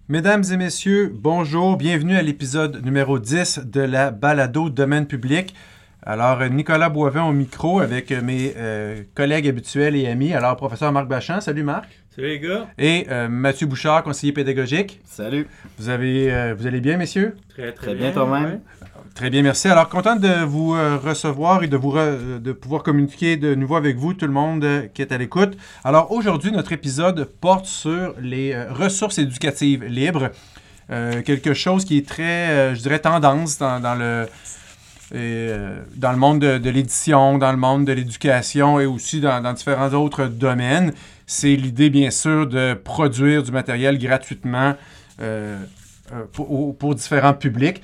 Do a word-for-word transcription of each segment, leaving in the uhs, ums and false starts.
Mesdames et messieurs, bonjour, bienvenue à l'épisode numéro dix de la balado Domaine public. Alors, Nicolas Boivin au micro avec mes euh, collègues habituels et amis. Alors, professeur Marc Bachand, salut Marc. Salut les gars. Et euh, Mathieu Bouchard, conseiller pédagogique. Salut. Vous avez, euh, vous allez bien, messieurs? Très, très, très bien, bien toi-même. Ouais. Très bien, merci. Alors, content de vous euh, recevoir et de, vous re- de pouvoir communiquer de nouveau avec vous, tout le monde euh, qui est à l'écoute. Alors, aujourd'hui, notre épisode porte sur les euh, ressources éducatives libres. Euh, quelque chose qui est très, euh, je dirais, tendance dans, dans le... Et, euh, dans le monde de, de l'édition, dans le monde de l'éducation et aussi dans, dans différents autres domaines. C'est l'idée, bien sûr, de produire du matériel gratuitement euh, euh, pour, pour différents publics.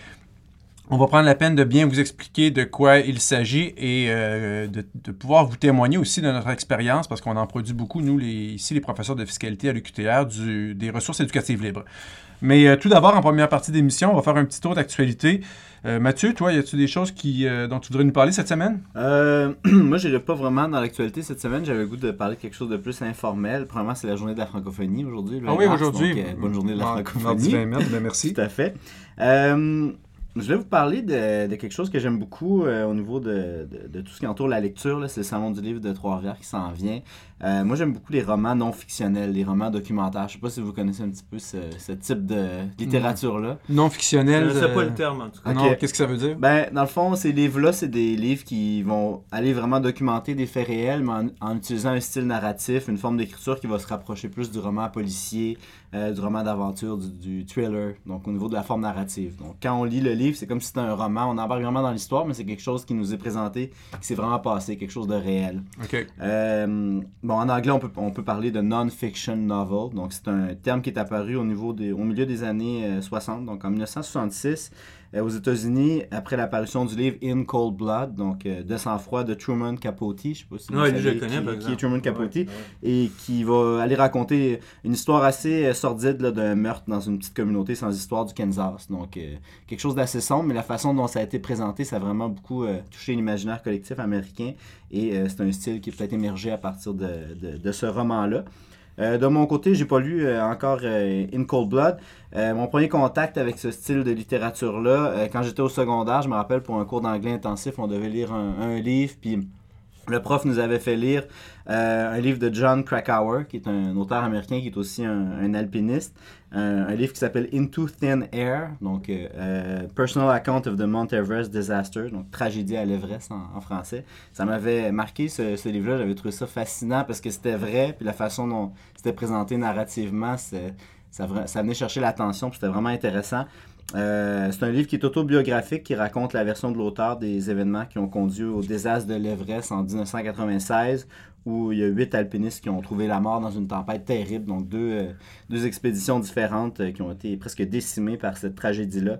On va prendre la peine de bien vous expliquer de quoi il s'agit et euh, de, de pouvoir vous témoigner aussi de notre expérience, parce qu'on en produit beaucoup, nous, les, ici, les professeurs de fiscalité à l'U Q T R, du, des ressources éducatives libres. Mais euh, tout d'abord, en première partie d'émission, on va faire un petit tour d'actualité. Euh, Mathieu, toi, y a-t-il des choses qui, euh, dont tu voudrais nous parler cette semaine? Euh, moi, je n'irai pas vraiment dans l'actualité cette semaine. J'avais le goût de parler de quelque chose de plus informel. Premièrement, c'est la journée de la francophonie aujourd'hui. Ah oui, aujourd'hui. Donc, euh, bonne journée de la ah, francophonie. vingt mars, ben merci. Tout à fait. Euh, je vais vous parler de, de quelque chose que j'aime beaucoup euh, au niveau de, de, de tout ce qui entoure la lecture. Là. C'est le Salon du livre de Trois-Rivières qui s'en vient. Euh, moi, j'aime beaucoup les romans non fictionnels, les romans documentaires. Je ne sais pas si vous connaissez un petit peu ce, ce type de littérature-là. Non fictionnel. Je ne sais euh... pas le terme, en tout cas. Okay. Non, qu'est-ce que ça veut dire? Ben, dans le fond, ces livres-là, c'est des livres qui vont aller vraiment documenter des faits réels, mais en, en utilisant un style narratif, une forme d'écriture qui va se rapprocher plus du roman policier, euh, du roman d'aventure, du, du thriller, donc au niveau de la forme narrative. Donc, quand on lit le livre, c'est comme si c'était un roman. On embarque vraiment dans l'histoire, mais c'est quelque chose qui nous est présenté, qui s'est vraiment passé, quelque chose de réel. OK. Euh, bon, en anglais, on peut, on peut parler de non-fiction novel. Donc, c'est un terme qui est apparu au, niveau des, au milieu des années euh, soixante, donc en dix-neuf cent soixante-six, euh, aux États-Unis, après l'apparition du livre In Cold Blood, donc euh, De sang-froid de Truman Capote. Je ne sais pas si vous ouais, savez je le connais, qui, par qui est Truman Capote, ouais, ouais. Et qui va aller raconter une histoire assez euh, sordide là, d'un meurtre dans une petite communauté sans histoire du Kansas. Donc, euh, quelque chose d'assez sombre, mais la façon dont ça a été présenté, ça a vraiment beaucoup euh, touché l'imaginaire collectif américain. Et euh, c'est un style qui est peut-être émergé à partir de, de, de ce roman-là. Euh, de mon côté, j'ai pas lu euh, encore euh, In Cold Blood. Euh, mon premier contact avec ce style de littérature-là, euh, quand j'étais au secondaire, je me rappelle, pour un cours d'anglais intensif, on devait lire un, un livre, puis le prof nous avait fait lire euh, un livre de John Krakauer, qui est un auteur américain, qui est aussi un, un alpiniste. Un, un livre qui s'appelle Into Thin Air, donc euh, Personal Account of the Mount Everest Disaster, donc Tragédie à l'Everest en, en français. Ça m'avait marqué, ce, ce livre-là. J'avais trouvé ça fascinant parce que c'était vrai, puis la façon dont c'était présenté narrativement, c'est, ça, ça venait chercher l'attention, puis c'était vraiment intéressant. Euh, c'est un livre qui est autobiographique, qui raconte la version de l'auteur des événements qui ont conduit au désastre de l'Everest en dix-neuf cent quatre-vingt-seize, où il y a huit alpinistes qui ont trouvé la mort dans une tempête terrible, donc deux, euh, deux expéditions différentes euh, qui ont été presque décimées par cette tragédie-là.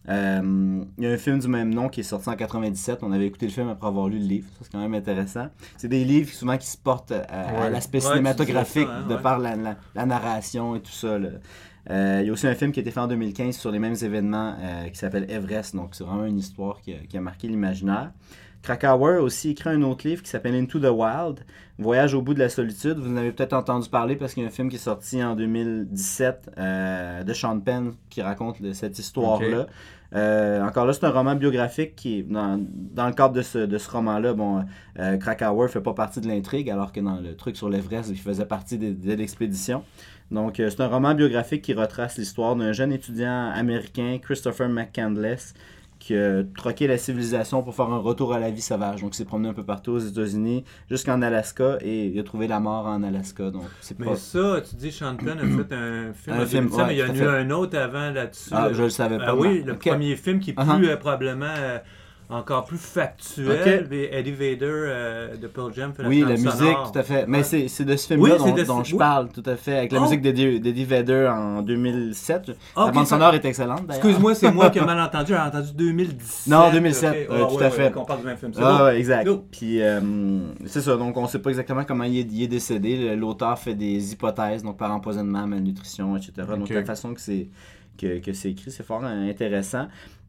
Euh, il y a un film du même nom qui est sorti en quatre-vingt-dix-sept. On avait écouté le film après avoir lu le livre. Ça, c'est quand même intéressant. C'est des livres souvent qui se portent à, à ouais. l'aspect ouais, cinématographique ça, hein, de ouais. par la, la, la narration et tout ça, là. Euh, il y a aussi un film qui a été fait en deux mille quinze sur les mêmes événements euh, qui s'appelle Everest. Donc, c'est vraiment une histoire qui a, qui a marqué l'imaginaire. Krakauer a aussi écrit un autre livre qui s'appelle Into the Wild, Voyage au bout de la solitude. Vous en avez peut-être entendu parler parce qu'il y a un film qui est sorti en deux mille dix-sept euh, de Sean Penn qui raconte le, cette histoire-là. Okay. Euh, encore là, c'est un roman biographique qui est dans, dans le cadre de ce, de ce roman-là. Bon, euh, Krakauer ne fait pas partie de l'intrigue, alors que dans le truc sur l'Everest, il faisait partie de, de l'expédition. Donc, euh, c'est un roman biographique qui retrace l'histoire d'un jeune étudiant américain, Christopher McCandless, qui a troqué la civilisation pour faire un retour à la vie sauvage. Donc, il s'est promené un peu partout aux États-Unis, jusqu'en Alaska, et il a trouvé la mort en Alaska. Donc, c'est mais pas... ça, tu dis, Sean Penn a fait un film, un film ça, ouais, mais il y en a eu un autre avant là-dessus. Ah, je le savais pas. Ah oui, le okay. premier film qui est plus uh-huh. euh, probablement... Euh, encore plus factuel. Okay. Eddie Vedder euh, de Pearl Jam fait la oui, la musique, sonore. tout à fait. Mais ouais. c'est, c'est de ce film-là oui, dont, de... dont je oui. parle, tout à fait, avec la oh. musique d'Eddie, d'Eddie Vedder en deux mille sept. Okay, la bande ça... sonore est excellente, d'ailleurs. Excuse-moi, c'est moi qui ai mal entendu. J'ai entendu deux mille dix-sept. Non, deux mille sept, okay. euh, oh, tout ouais, à fait. Ouais, on parle du même film. C'est ah, bon. ouais, exact. Go. Puis, euh, c'est ça. Donc, on ne sait pas exactement comment il est, il est décédé. L'auteur fait des hypothèses, donc par empoisonnement, malnutrition, et cetera. Okay. Donc, la façon que c'est... que, que c'est écrit. C'est fort intéressant.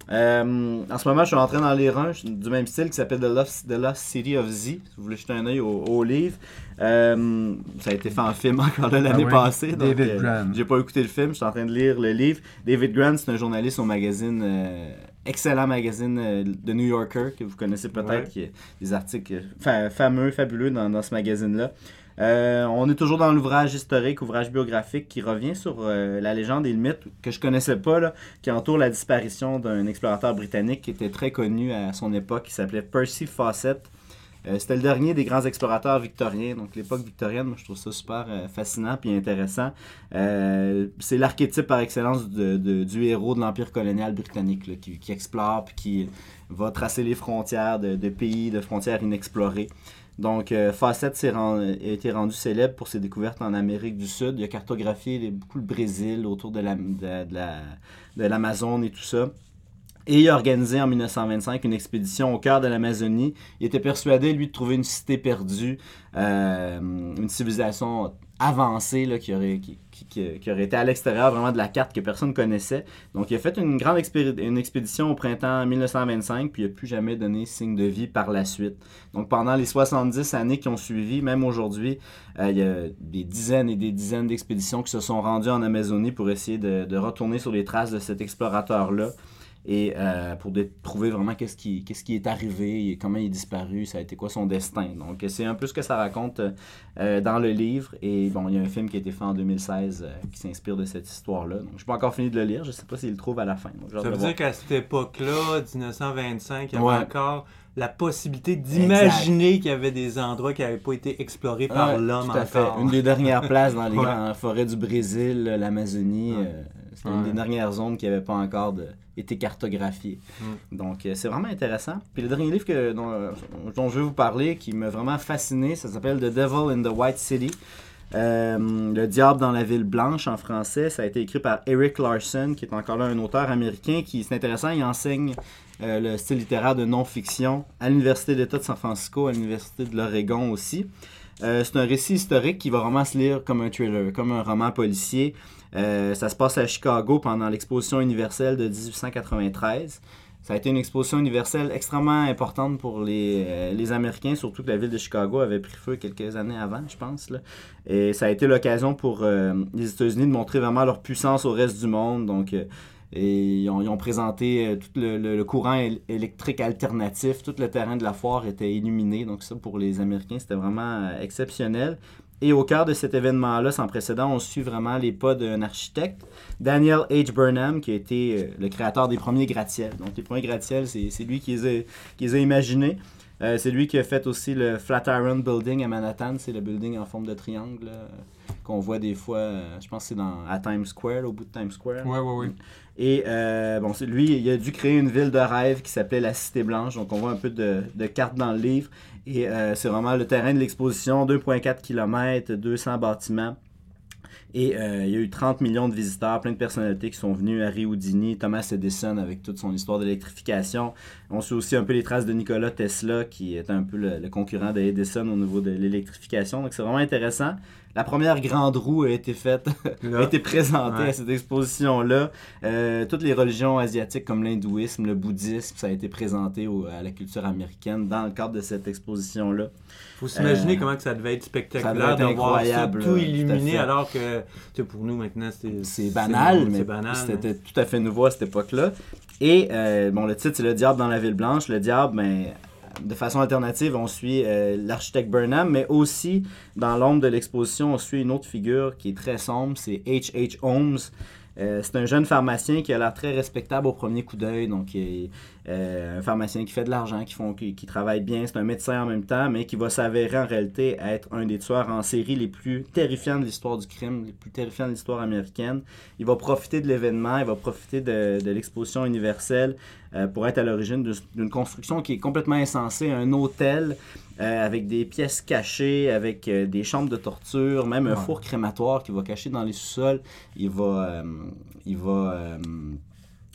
Euh, en ce moment, je suis en train d'en lire un du même style qui s'appelle The Lost, The Lost City of Z. Si vous voulez jeter un œil au, au livre. Euh, ça a été fait en film encore là, l'année ah oui. passée. Donc, David euh, Grann. J'ai pas écouté le film, je suis en train de lire le livre. David Grann, c'est un journaliste au magazine, euh, excellent magazine euh, de New Yorker, que vous connaissez peut-être, ouais. qui a des articles fa- fameux, fabuleux dans, dans ce magazine-là. Euh, on est toujours dans l'ouvrage historique, ouvrage biographique qui revient sur euh, la légende et le mythe que je connaissais pas, là, qui entoure la disparition d'un explorateur britannique qui était très connu à son époque, qui s'appelait Percy Fawcett. Euh, c'était le dernier des grands explorateurs victoriens, donc l'époque victorienne, moi je trouve ça super euh, fascinant et intéressant. Euh, c'est l'archétype par excellence de, de, du héros de l'Empire colonial britannique là, qui, qui explore puis qui va tracer les frontières de, de pays, de frontières inexplorées. Donc, euh, Fawcett s'est rend, a été rendu célèbre pour ses découvertes en Amérique du Sud. Il a cartographié les, beaucoup le Brésil autour de, la, de, de, la, de l'Amazone et tout ça. Et il a organisé en dix-neuf cent vingt-cinq une expédition au cœur de l'Amazonie. Il était persuadé, lui, de trouver une cité perdue, euh, une civilisation avancée là, qui, aurait, qui, qui, qui aurait été à l'extérieur vraiment de la carte que personne ne connaissait. Donc, il a fait une grande expé- une expédition au printemps dix-neuf cent vingt-cinq, puis il n'a plus jamais donné signe de vie par la suite. Donc, pendant les soixante-dix années qui ont suivi, même aujourd'hui, euh, il y a des dizaines et des dizaines d'expéditions qui se sont rendues en Amazonie pour essayer de, de retourner sur les traces de cet explorateur-là. Et euh, pour dé- trouver vraiment qu'est-ce qui, qu'est-ce qui est arrivé, et comment il est disparu, ça a été quoi son destin. Donc c'est un peu ce que ça raconte euh, dans le livre. Et bon, il y a un film qui a été fait en deux mille seize euh, qui s'inspire de cette histoire-là. Donc je n'ai pas encore fini de le lire, je ne sais pas s'il le trouve à la fin. Donc, ça veut dire qu'à cette époque-là, dix-neuf cent vingt-cinq, il y avait ouais. encore la possibilité d'imaginer exact. Qu'il y avait des endroits qui n'avaient pas été explorés par ouais, l'homme tout à encore. Fait. Une des dernières places dans les ouais. grandes forêts du Brésil, l'Amazonie. Ouais. Euh, C'était ouais. une des dernières zones qui n'avaient pas encore de, été cartographiées. Mm. Donc, euh, c'est vraiment intéressant. Puis le dernier livre que, dont, euh, dont je vais vous parler, qui m'a vraiment fasciné, ça s'appelle The Devil in the White City. Euh, Le Diable dans la Ville Blanche en français. Ça a été écrit par Erik Larson, qui est encore là un auteur américain qui, c'est intéressant, il enseigne euh, le style littéraire de non-fiction à l'Université d'État de San Francisco, à l'Université de l'Oregon aussi. Euh, c'est un récit historique qui va vraiment se lire comme un thriller, comme un roman policier. Euh, ça se passe à Chicago pendant l'exposition universelle de dix-huit cent quatre-vingt-treize. Ça a été une exposition universelle extrêmement importante pour les, euh, les Américains, surtout que la ville de Chicago avait pris feu quelques années avant, je pense. Là. Et ça a été l'occasion pour euh, les États-Unis de montrer vraiment leur puissance au reste du monde. Donc, euh, et ils ont, ils ont présenté euh, tout le, le, le courant él- électrique alternatif. Tout le terrain de la foire était illuminé. Donc ça, pour les Américains, c'était vraiment euh, exceptionnel. Et au cœur de cet événement-là, sans précédent, on suit vraiment les pas d'un architecte, Daniel H. Burnham, qui a été euh, le créateur des premiers gratte-ciels. Donc les premiers gratte-ciels, c'est, c'est lui qui les a, qui les a imaginés. Euh, c'est lui qui a fait aussi le Flatiron Building à Manhattan. C'est le building en forme de triangle là, qu'on voit des fois, euh, je pense que c'est dans, à Times Square, au bout de Times Square. Oui, oui, oui. Et euh, bon, c'est, lui, il a dû créer une ville de rêve qui s'appelait la Cité Blanche. Donc on voit un peu de, de cartes dans le livre. Et euh, c'est vraiment le terrain de l'exposition, deux virgule quatre kilomètres, deux cents bâtiments. Et euh, il y a eu trente millions de visiteurs, plein de personnalités qui sont venues. Harry Houdini, Thomas Edison avec toute son histoire d'électrification. On suit aussi un peu les traces de Nikola Tesla, qui est un peu le, le concurrent de Edison au niveau de l'électrification. Donc c'est vraiment intéressant. La première grande roue a été faite, a été présentée ouais. à cette exposition-là. Euh, toutes les religions asiatiques comme l'hindouisme, le bouddhisme, ça a été présenté au, à la culture américaine dans le cadre de cette exposition-là. Il faut s'imaginer euh, comment que ça devait être spectaculaire de voir ça tout illuminé, alors que pour nous maintenant c'est, c'est banal, c'est, mais c'est banal, c'était hein. tout à fait nouveau à cette époque-là. Et euh, bon, le titre c'est Le Diable dans la Ville Blanche. Le diable, ben, de façon alternative, on suit euh, l'architecte Burnham, mais aussi dans l'ombre de l'exposition, on suit une autre figure qui est très sombre, c'est H H Holmes. Euh, c'est un jeune pharmacien qui a l'air très respectable au premier coup d'œil, donc il est, euh, un pharmacien qui fait de l'argent, qui, font, qui, qui travaille bien, c'est un médecin en même temps, mais qui va s'avérer en réalité être un des tueurs en série les plus terrifiants de l'histoire du crime, les plus terrifiants de l'histoire américaine. Il va profiter de l'événement, il va profiter de, de l'exposition universelle euh, pour être à l'origine de, d'une construction qui est complètement insensée, un hôtel euh, avec des pièces cachées, avec euh, des chambres de torture, même un ouais. four crématoire qu'il va cacher dans les sous-sols. Il va... Euh, il va euh,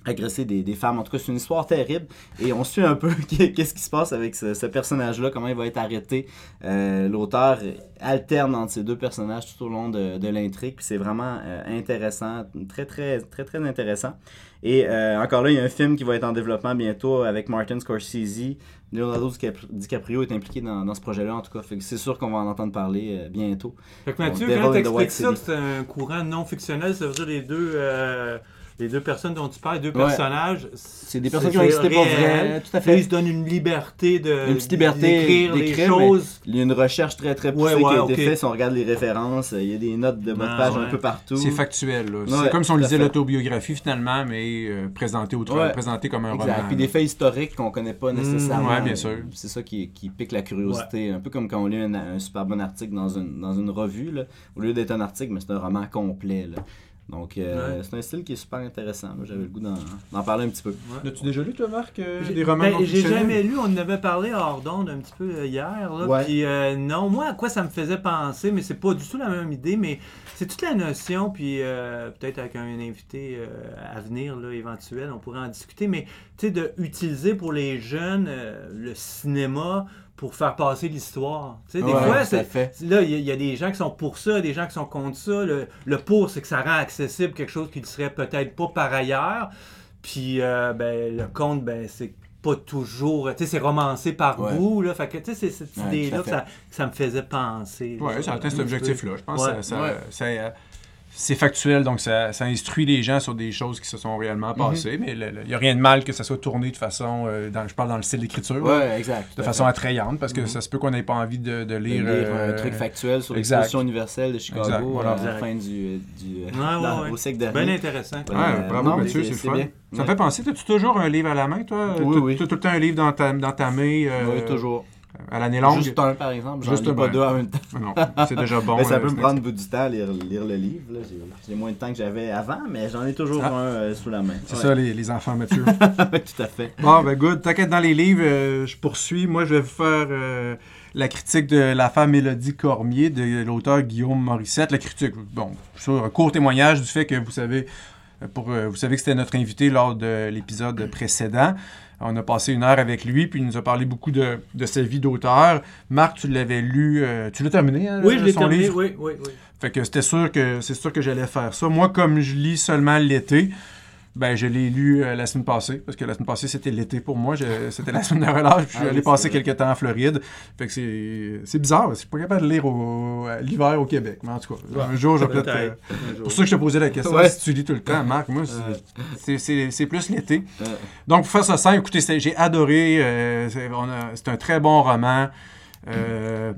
agresser des, des femmes. En tout cas, c'est une histoire terrible. Et on suit un peu qu'est-ce qui se passe avec ce, ce personnage-là, comment il va être arrêté. Euh, l'auteur alterne entre ces deux personnages tout au long de, de l'intrigue. Puis c'est vraiment euh, intéressant, très, très, très, très intéressant. Et euh, encore là, il y a un film qui va être en développement bientôt avec Martin Scorsese. Leonardo DiCaprio est impliqué dans, dans ce projet-là, en tout cas. Fait que c'est sûr qu'on va en entendre parler euh, bientôt. Fait que Mathieu, quand tu expliques ça, que c'est un courant non fictionnel, ça veut dire les deux... Euh... Les deux personnes dont tu parles, les deux ouais. personnages, c'est des personnes qui ont existé pour vrai. Tout à fait. Ils se donnent une liberté de une petite liberté d'écrire les choses. Il y a une recherche très très poussée ouais, ouais, qui a okay. été faite. Si on regarde les références, il y a des notes de bas de page ah, ouais. un peu partout. C'est factuel. Là. C'est ouais, comme si on lisait l'autobiographie finalement, mais euh, présenté autrement, ouais. présenté comme un exact. roman. Puis des faits historiques qu'on connaît pas nécessairement. Mmh, ouais, bien sûr. C'est ça qui, qui pique la curiosité. Ouais. Un peu comme quand on lit un, un super bon article dans une dans une revue, là, au lieu d'être un article, mais c'est un roman complet. Là. Donc, euh, ouais. c'est un style qui est super intéressant. Moi, j'avais le goût d'en, d'en parler un petit peu. Ouais. As-tu déjà lu, toi, Marc, euh, j'ai, des romans ben, j'ai jamais lu. On en avait parlé hors d'onde un petit peu euh, hier. Là, ouais. Puis, euh, non, moi, à quoi ça me faisait penser, mais c'est pas du tout la même idée, mais c'est toute la notion, puis euh, peut-être avec un invité euh, à venir, là, éventuel, on pourrait en discuter, mais tu sais, d'utiliser pour les jeunes euh, le cinéma pour faire passer l'histoire. Tu sais, des ouais, fois, c'est, fait. là, il y, y a des gens qui sont pour ça, des gens qui sont contre ça. Le, le pour, c'est que ça rend accessible quelque chose qui ne serait peut-être pas par ailleurs. Puis, euh, ben, le contre, ben, c'est pas toujours... Tu sais, c'est romancé par ouais. bout, là. Fait que, tu sais, c'est cette ouais, idée-là que ça, que ça me faisait penser. Oui, ça atteint cet objectif-là. Je pense ouais. que ça... ça, ouais. ça euh, c'est factuel, donc ça, ça instruit les gens sur des choses qui se sont réellement passées, mm-hmm. mais il n'y a rien de mal que ça soit tourné de façon, euh, dans, je parle dans le style d'écriture, ouais, exact, de façon attrayante, parce que mm-hmm. ça se peut qu'on n'ait pas envie de, de lire... De lire euh, un truc factuel sur l'exposition universelle de Chicago exact, voilà. à la fin du, du, ouais, dans, ouais, au siècle dernier. Bien intéressant. Ouais, euh, bravo non, Mathieu, c'est, c'est le fun. Bien. Ça me ouais. fait penser, as-tu toujours un livre à la main, toi? Oui, t'as, oui. T'as tout le temps un livre dans ta, dans ta main? Euh, oui, toujours. À l'année longue. Juste un, par exemple. J'en Juste lis pas deux en même temps. Non, c'est déjà bon. Mais ça peut me prendre du temps à lire, lire le livre. Là. J'ai, j'ai moins de temps que j'avais avant, mais j'en ai toujours ah. un euh, sous la main. C'est ouais. ça, les, les enfants Mathieu. Tout à fait. Bon, ben good. T'inquiète, dans les livres, euh, je poursuis. Moi, je vais vous faire euh, la critique de l'affaire Mélodie Cormier de l'auteur Guillaume Morissette. La critique, bon, sur un court témoignage du fait que vous savez, pour, euh, vous savez que c'était notre invité lors de l'épisode précédent. On a passé une heure avec lui, puis il nous a parlé beaucoup de, de sa vie d'auteur. Marc, tu l'avais lu, euh, tu l'as terminé, hein, oui, je l'ai son terminé, livre? oui, oui, oui. Fait que c'était sûr que c'est sûr que j'allais faire ça. Moi, comme je lis seulement l'été, ben je l'ai lu euh, la semaine passée, parce que la semaine passée, c'était l'été pour moi. Je, c'était la semaine de relâche, puis je suis ah, allé oui, passer quelques temps en Floride. Fait que c'est, c'est bizarre, je suis pas capable de lire au, à l'hiver au Québec. Mais en tout cas, ouais, un jour, je vais peut-être... Euh, c'est pour ça que je te posais la question, ouais. si tu lis tout le temps, Marc. Moi, c'est, c'est, c'est, c'est plus l'été. Ouais. Donc, pour faire ça simple, écoutez, c'est, j'ai adoré. Euh, c'est, on a, c'est un très bon roman. Euh,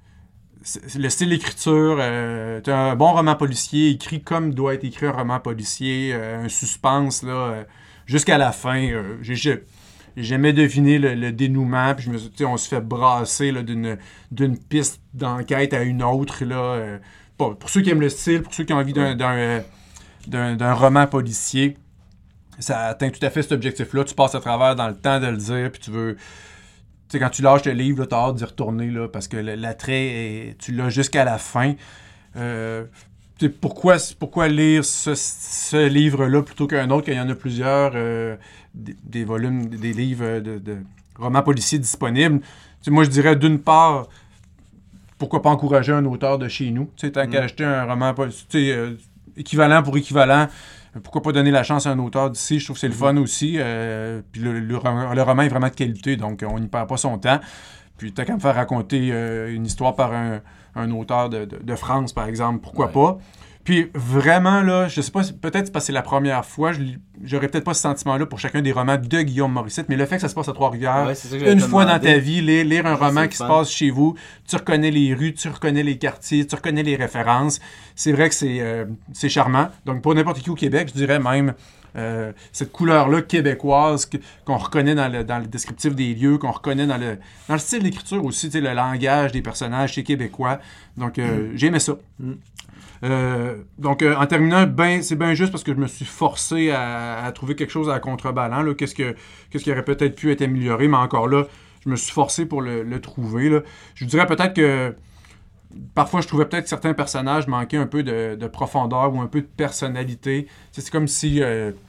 le style d'écriture, euh, c'est un bon roman policier, écrit comme doit être écrit un roman policier, euh, un suspense là, euh, jusqu'à la fin. Euh, j'ai, j'ai, j'ai jamais deviné le, le dénouement, puis je me suis dit, on se fait brasser là, d'une, d'une piste d'enquête à une autre. Là, euh, pour, pour ceux qui aiment le style, pour ceux qui ont envie d'un, d'un, euh, d'un, d'un roman policier, ça atteint tout à fait cet objectif-là. Tu passes à travers dans le temps de le dire, puis tu veux... Tu sais, quand tu lâches le livre, tu as hâte d'y retourner, là, parce que l'attrait, est, tu l'as jusqu'à la fin. Euh, pourquoi, pourquoi lire ce, ce livre-là plutôt qu'un autre, quand il y en a plusieurs, euh, des, des volumes, des livres de, de romans policiers disponibles? T'sais, moi, je dirais, d'une part, pourquoi pas encourager un auteur de chez nous? T'sais, tant mmh. qu'à acheter un roman policier, euh, équivalent pour équivalent, pourquoi pas donner la chance à un auteur d'ici? Je trouve que c'est le fun aussi. Euh, puis le, le, le roman est vraiment de qualité, donc on n'y perd pas son temps. Puis t'as qu'à me faire raconter euh, une histoire par un, un auteur de, de, de France, par exemple. Pourquoi ouais. pas? Puis vraiment, là, je sais pas, peut-être parce que c'est la première fois, je, j'aurais peut-être pas ce sentiment-là pour chacun des romans de Guillaume Morissette, mais le fait que ça se passe à Trois-Rivières, ouais, une fois dans ta vie, lire, lire un ouais, roman qui se passe chez vous, tu reconnais les rues, tu reconnais les quartiers, tu reconnais les références, c'est vrai que c'est, euh, c'est charmant. Donc pour n'importe qui au Québec, je dirais même euh, cette couleur-là québécoise que, qu'on reconnaît dans le, dans le descriptif des lieux, qu'on reconnaît dans le, dans le style d'écriture aussi, le langage des personnages, c'est québécois. Donc euh, mm. j'aimais ça. Mm. Euh, donc, euh, en terminant, ben, c'est bien juste parce que je me suis forcé à, à trouver quelque chose à contrebalan. Là. Qu'est-ce, que, qu'est-ce qui aurait peut-être pu être amélioré, mais encore là, je me suis forcé pour le, le trouver. Là. Je dirais peut-être que parfois, je trouvais peut-être que certains personnages manquaient un peu de, de profondeur ou un peu de personnalité. C'est, c'est comme si... Euh,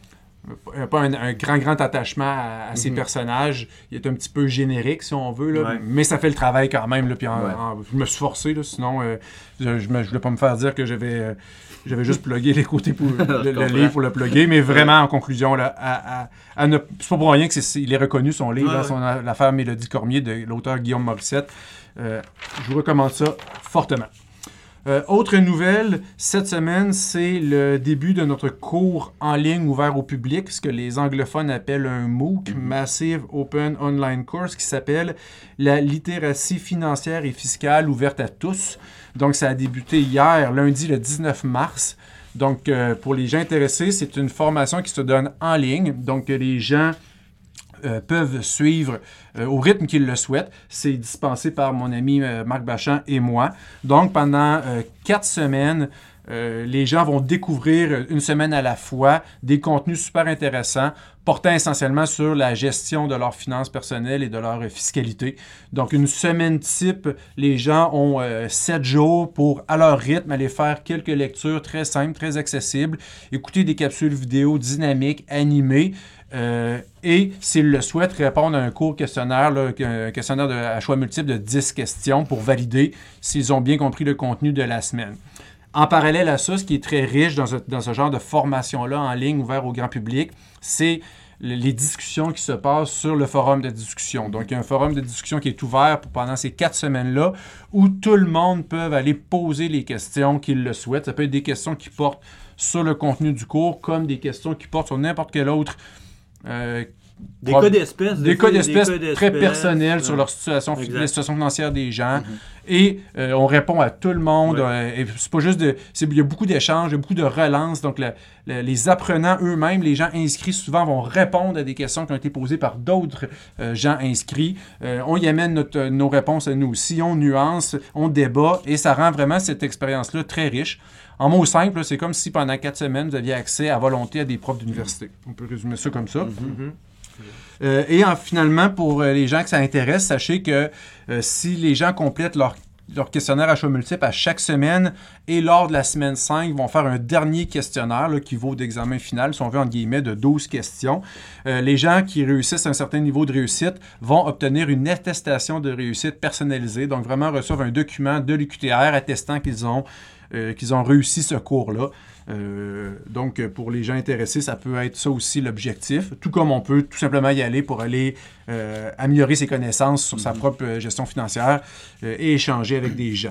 pas un, un grand, grand attachement à, à ces mm-hmm. personnages. Il est un petit peu générique, si on veut, là, ouais. mais ça fait le travail quand même. Là, puis en, ouais. en, je me suis forcé, là, sinon euh, je ne voulais pas me faire dire que j'avais, euh, j'avais juste plugué les côtés pour le, le livre pour le plugger, mais vraiment, en conclusion, là, à, à, à ne, c'est pas pour rien qu'il est reconnu, son livre, ouais, là, son, ouais. l'affaire Mélodie Cormier de l'auteur Guillaume Morissette. Euh, je vous recommande ça fortement. Euh, autre nouvelle, cette semaine, c'est le début de notre cours en ligne ouvert au public, ce que les anglophones appellent un MOOC, Massive Open Online Course, qui s'appelle la littératie financière et fiscale ouverte à tous. Donc, ça a débuté hier, lundi, le dix-neuf mars. Donc, euh, pour les gens intéressés, c'est une formation qui se donne en ligne. Donc, les gens Euh, peuvent suivre euh, au rythme qu'ils le souhaitent. C'est dispensé par mon ami euh, Marc Bachand et moi. Donc, pendant euh, quatre semaines, euh, les gens vont découvrir une semaine à la fois des contenus super intéressants portant essentiellement sur la gestion de leurs finances personnelles et de leur euh, fiscalité. Donc, une semaine type, les gens ont euh, sept jours pour, à leur rythme, aller faire quelques lectures très simples, très accessibles, écouter des capsules vidéo dynamiques, animées, Euh, et, s'ils le souhaitent, répondre à un court questionnaire, là, un questionnaire de, à choix multiple de dix questions pour valider s'ils ont bien compris le contenu de la semaine. En parallèle à ça, ce qui est très riche dans ce, dans ce genre de formation-là en ligne ouvert au grand public, c'est les discussions qui se passent sur le forum de discussion. Donc, il y a un forum de discussion qui est ouvert pendant ces quatre semaines-là où tout le monde peut aller poser les questions qu'il le souhaite. Ça peut être des questions qui portent sur le contenu du cours comme des questions qui portent sur n'importe quel autre Euh, des, pro... cas d'espèces, des, des cas d'espèces très personnels ouais. sur leur situation, la situation financière des gens. Mm-hmm. Et euh, on répond à tout le monde. Ouais. Euh, et c'est pas juste de. C'est, il y a beaucoup d'échanges, il y a beaucoup de relances. Donc, la, la, les apprenants eux-mêmes, les gens inscrits, souvent vont répondre à des questions qui ont été posées par d'autres euh, gens inscrits. Euh, on y amène notre, nos réponses à nous aussi. On nuance, on débat. Et ça rend vraiment cette expérience-là très riche. En mots simples, c'est comme si pendant quatre semaines, vous aviez accès à volonté à des profs d'université. On peut résumer ça comme ça. Mm-hmm. Euh, et en, finalement, pour les gens que ça intéresse, sachez que euh, si les gens complètent leur, leur questionnaire à choix multiple à chaque semaine et lors de la semaine cinq, ils vont faire un dernier questionnaire là, qui vaut d'examen final, si on veut, entre guillemets, de douze questions. Euh, les gens qui réussissent un certain niveau de réussite vont obtenir une attestation de réussite personnalisée, donc vraiment reçoivent un document de l'U Q T R attestant qu'ils ont Euh, qu'ils ont réussi ce cours-là. Euh, donc, pour les gens intéressés, ça peut être ça aussi l'objectif, tout comme on peut tout simplement y aller pour aller euh, améliorer ses connaissances sur mm-hmm. sa propre gestion financière euh, et échanger avec des gens.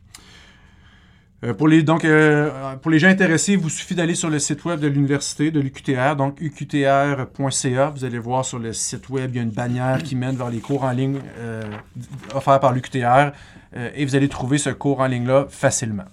Euh, pour, les, donc, euh, pour les gens intéressés, il vous suffit d'aller sur le site web de l'université, de l'U Q T R, donc u q t r point c a. Vous allez voir sur le site web, il y a une bannière qui mène vers les cours en ligne euh, offerts par l'U Q T R euh, et vous allez trouver ce cours en ligne-là facilement.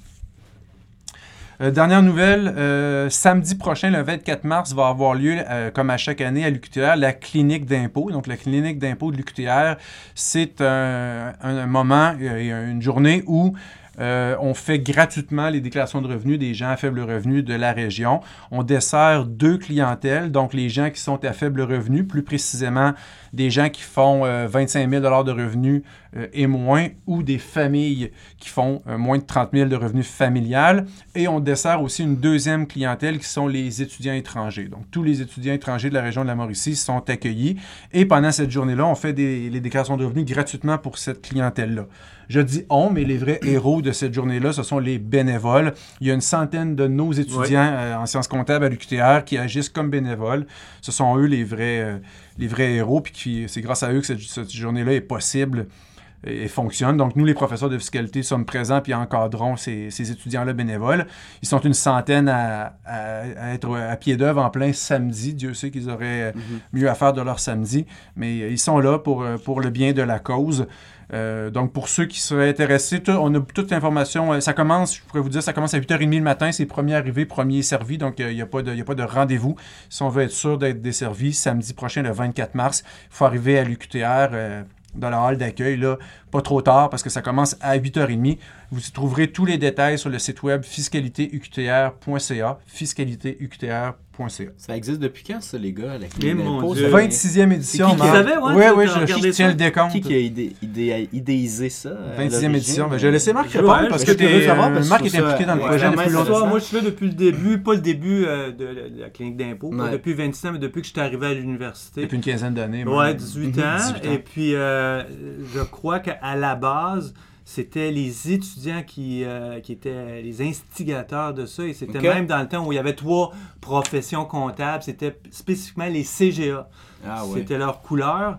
Euh, dernière nouvelle, euh, samedi prochain, le vingt-quatre mars, va avoir lieu, euh, comme à chaque année à l'U Q T R, la clinique d'impôt. Donc, la clinique d'impôt de l'U Q T R, c'est un, un, un moment, euh, une journée où Euh, on fait gratuitement les déclarations de revenus des gens à faible revenu de la région. On dessert deux clientèles, donc les gens qui sont à faible revenu, plus précisément des gens qui font euh, vingt-cinq mille dollars de revenus euh, et moins, ou des familles qui font euh, moins de trente mille de revenus familiales. Et on dessert aussi une deuxième clientèle qui sont les étudiants étrangers. Donc, tous les étudiants étrangers de la région de la Mauricie sont accueillis. Et pendant cette journée-là, on fait des, les déclarations de revenus gratuitement pour cette clientèle-là. Je dis on, mais les vrais héros de cette journée-là, ce sont les bénévoles. Il y a une centaine de nos étudiants oui. euh, en sciences comptables à l'U Q T R qui agissent comme bénévoles. Ce sont eux les vrais, euh, les vrais héros, puis qui, c'est grâce à eux que cette, cette journée-là est possible et, et fonctionne. Donc, nous, les professeurs de fiscalité, sommes présents puis encadrons ces, ces étudiants-là bénévoles. Ils sont une centaine à, à, à être à pied d'œuvre en plein samedi. Dieu sait qu'ils auraient mm-hmm. mieux à faire de leur samedi, mais ils sont là pour, pour le bien de la cause. Euh, donc, pour ceux qui seraient intéressés, tout, on a toute l'information. Ça commence, je pourrais vous dire, ça commence à huit heures trente le matin. C'est premier arrivé, premier servi. Donc, il n'y a, a pas de rendez-vous. Si on veut être sûr d'être desservi, samedi prochain, le vingt-quatre mars, il faut arriver à l'U Q T R euh, dans la halle d'accueil, là, pas trop tard, parce que ça commence à huit heures trente. Vous trouverez tous les détails sur le site web fiscalité u q t r point c a, fiscalité u q t r Ça existe depuis quand, ça, les gars? La clinique d'impôt? vingt-sixième édition. Qui, qui savait, ouais, oui, oui, je, je tiens le décompte. Qui, qui a idé, idé, idéisé ça? vingt-sixième édition. Ben, je vais laisser Marc répondre ouais, parce que t'es, savoir, parce Marc est impliqué dans le projet depuis longtemps. Moi, je suis là depuis le début, pas le début euh, de, de la clinique d'impôt, pas depuis vingt-six ans, mais depuis que je suis arrivé à l'université. Depuis une quinzaine d'années. Oui, dix-huit ans. Et puis, euh, je crois qu'à la base, c'était les étudiants qui, euh, qui étaient les instigateurs de ça. Et c'était okay. même dans le temps où il y avait trois professions comptables. C'était spécifiquement les C G A. Ah, ouais. C'était leur couleur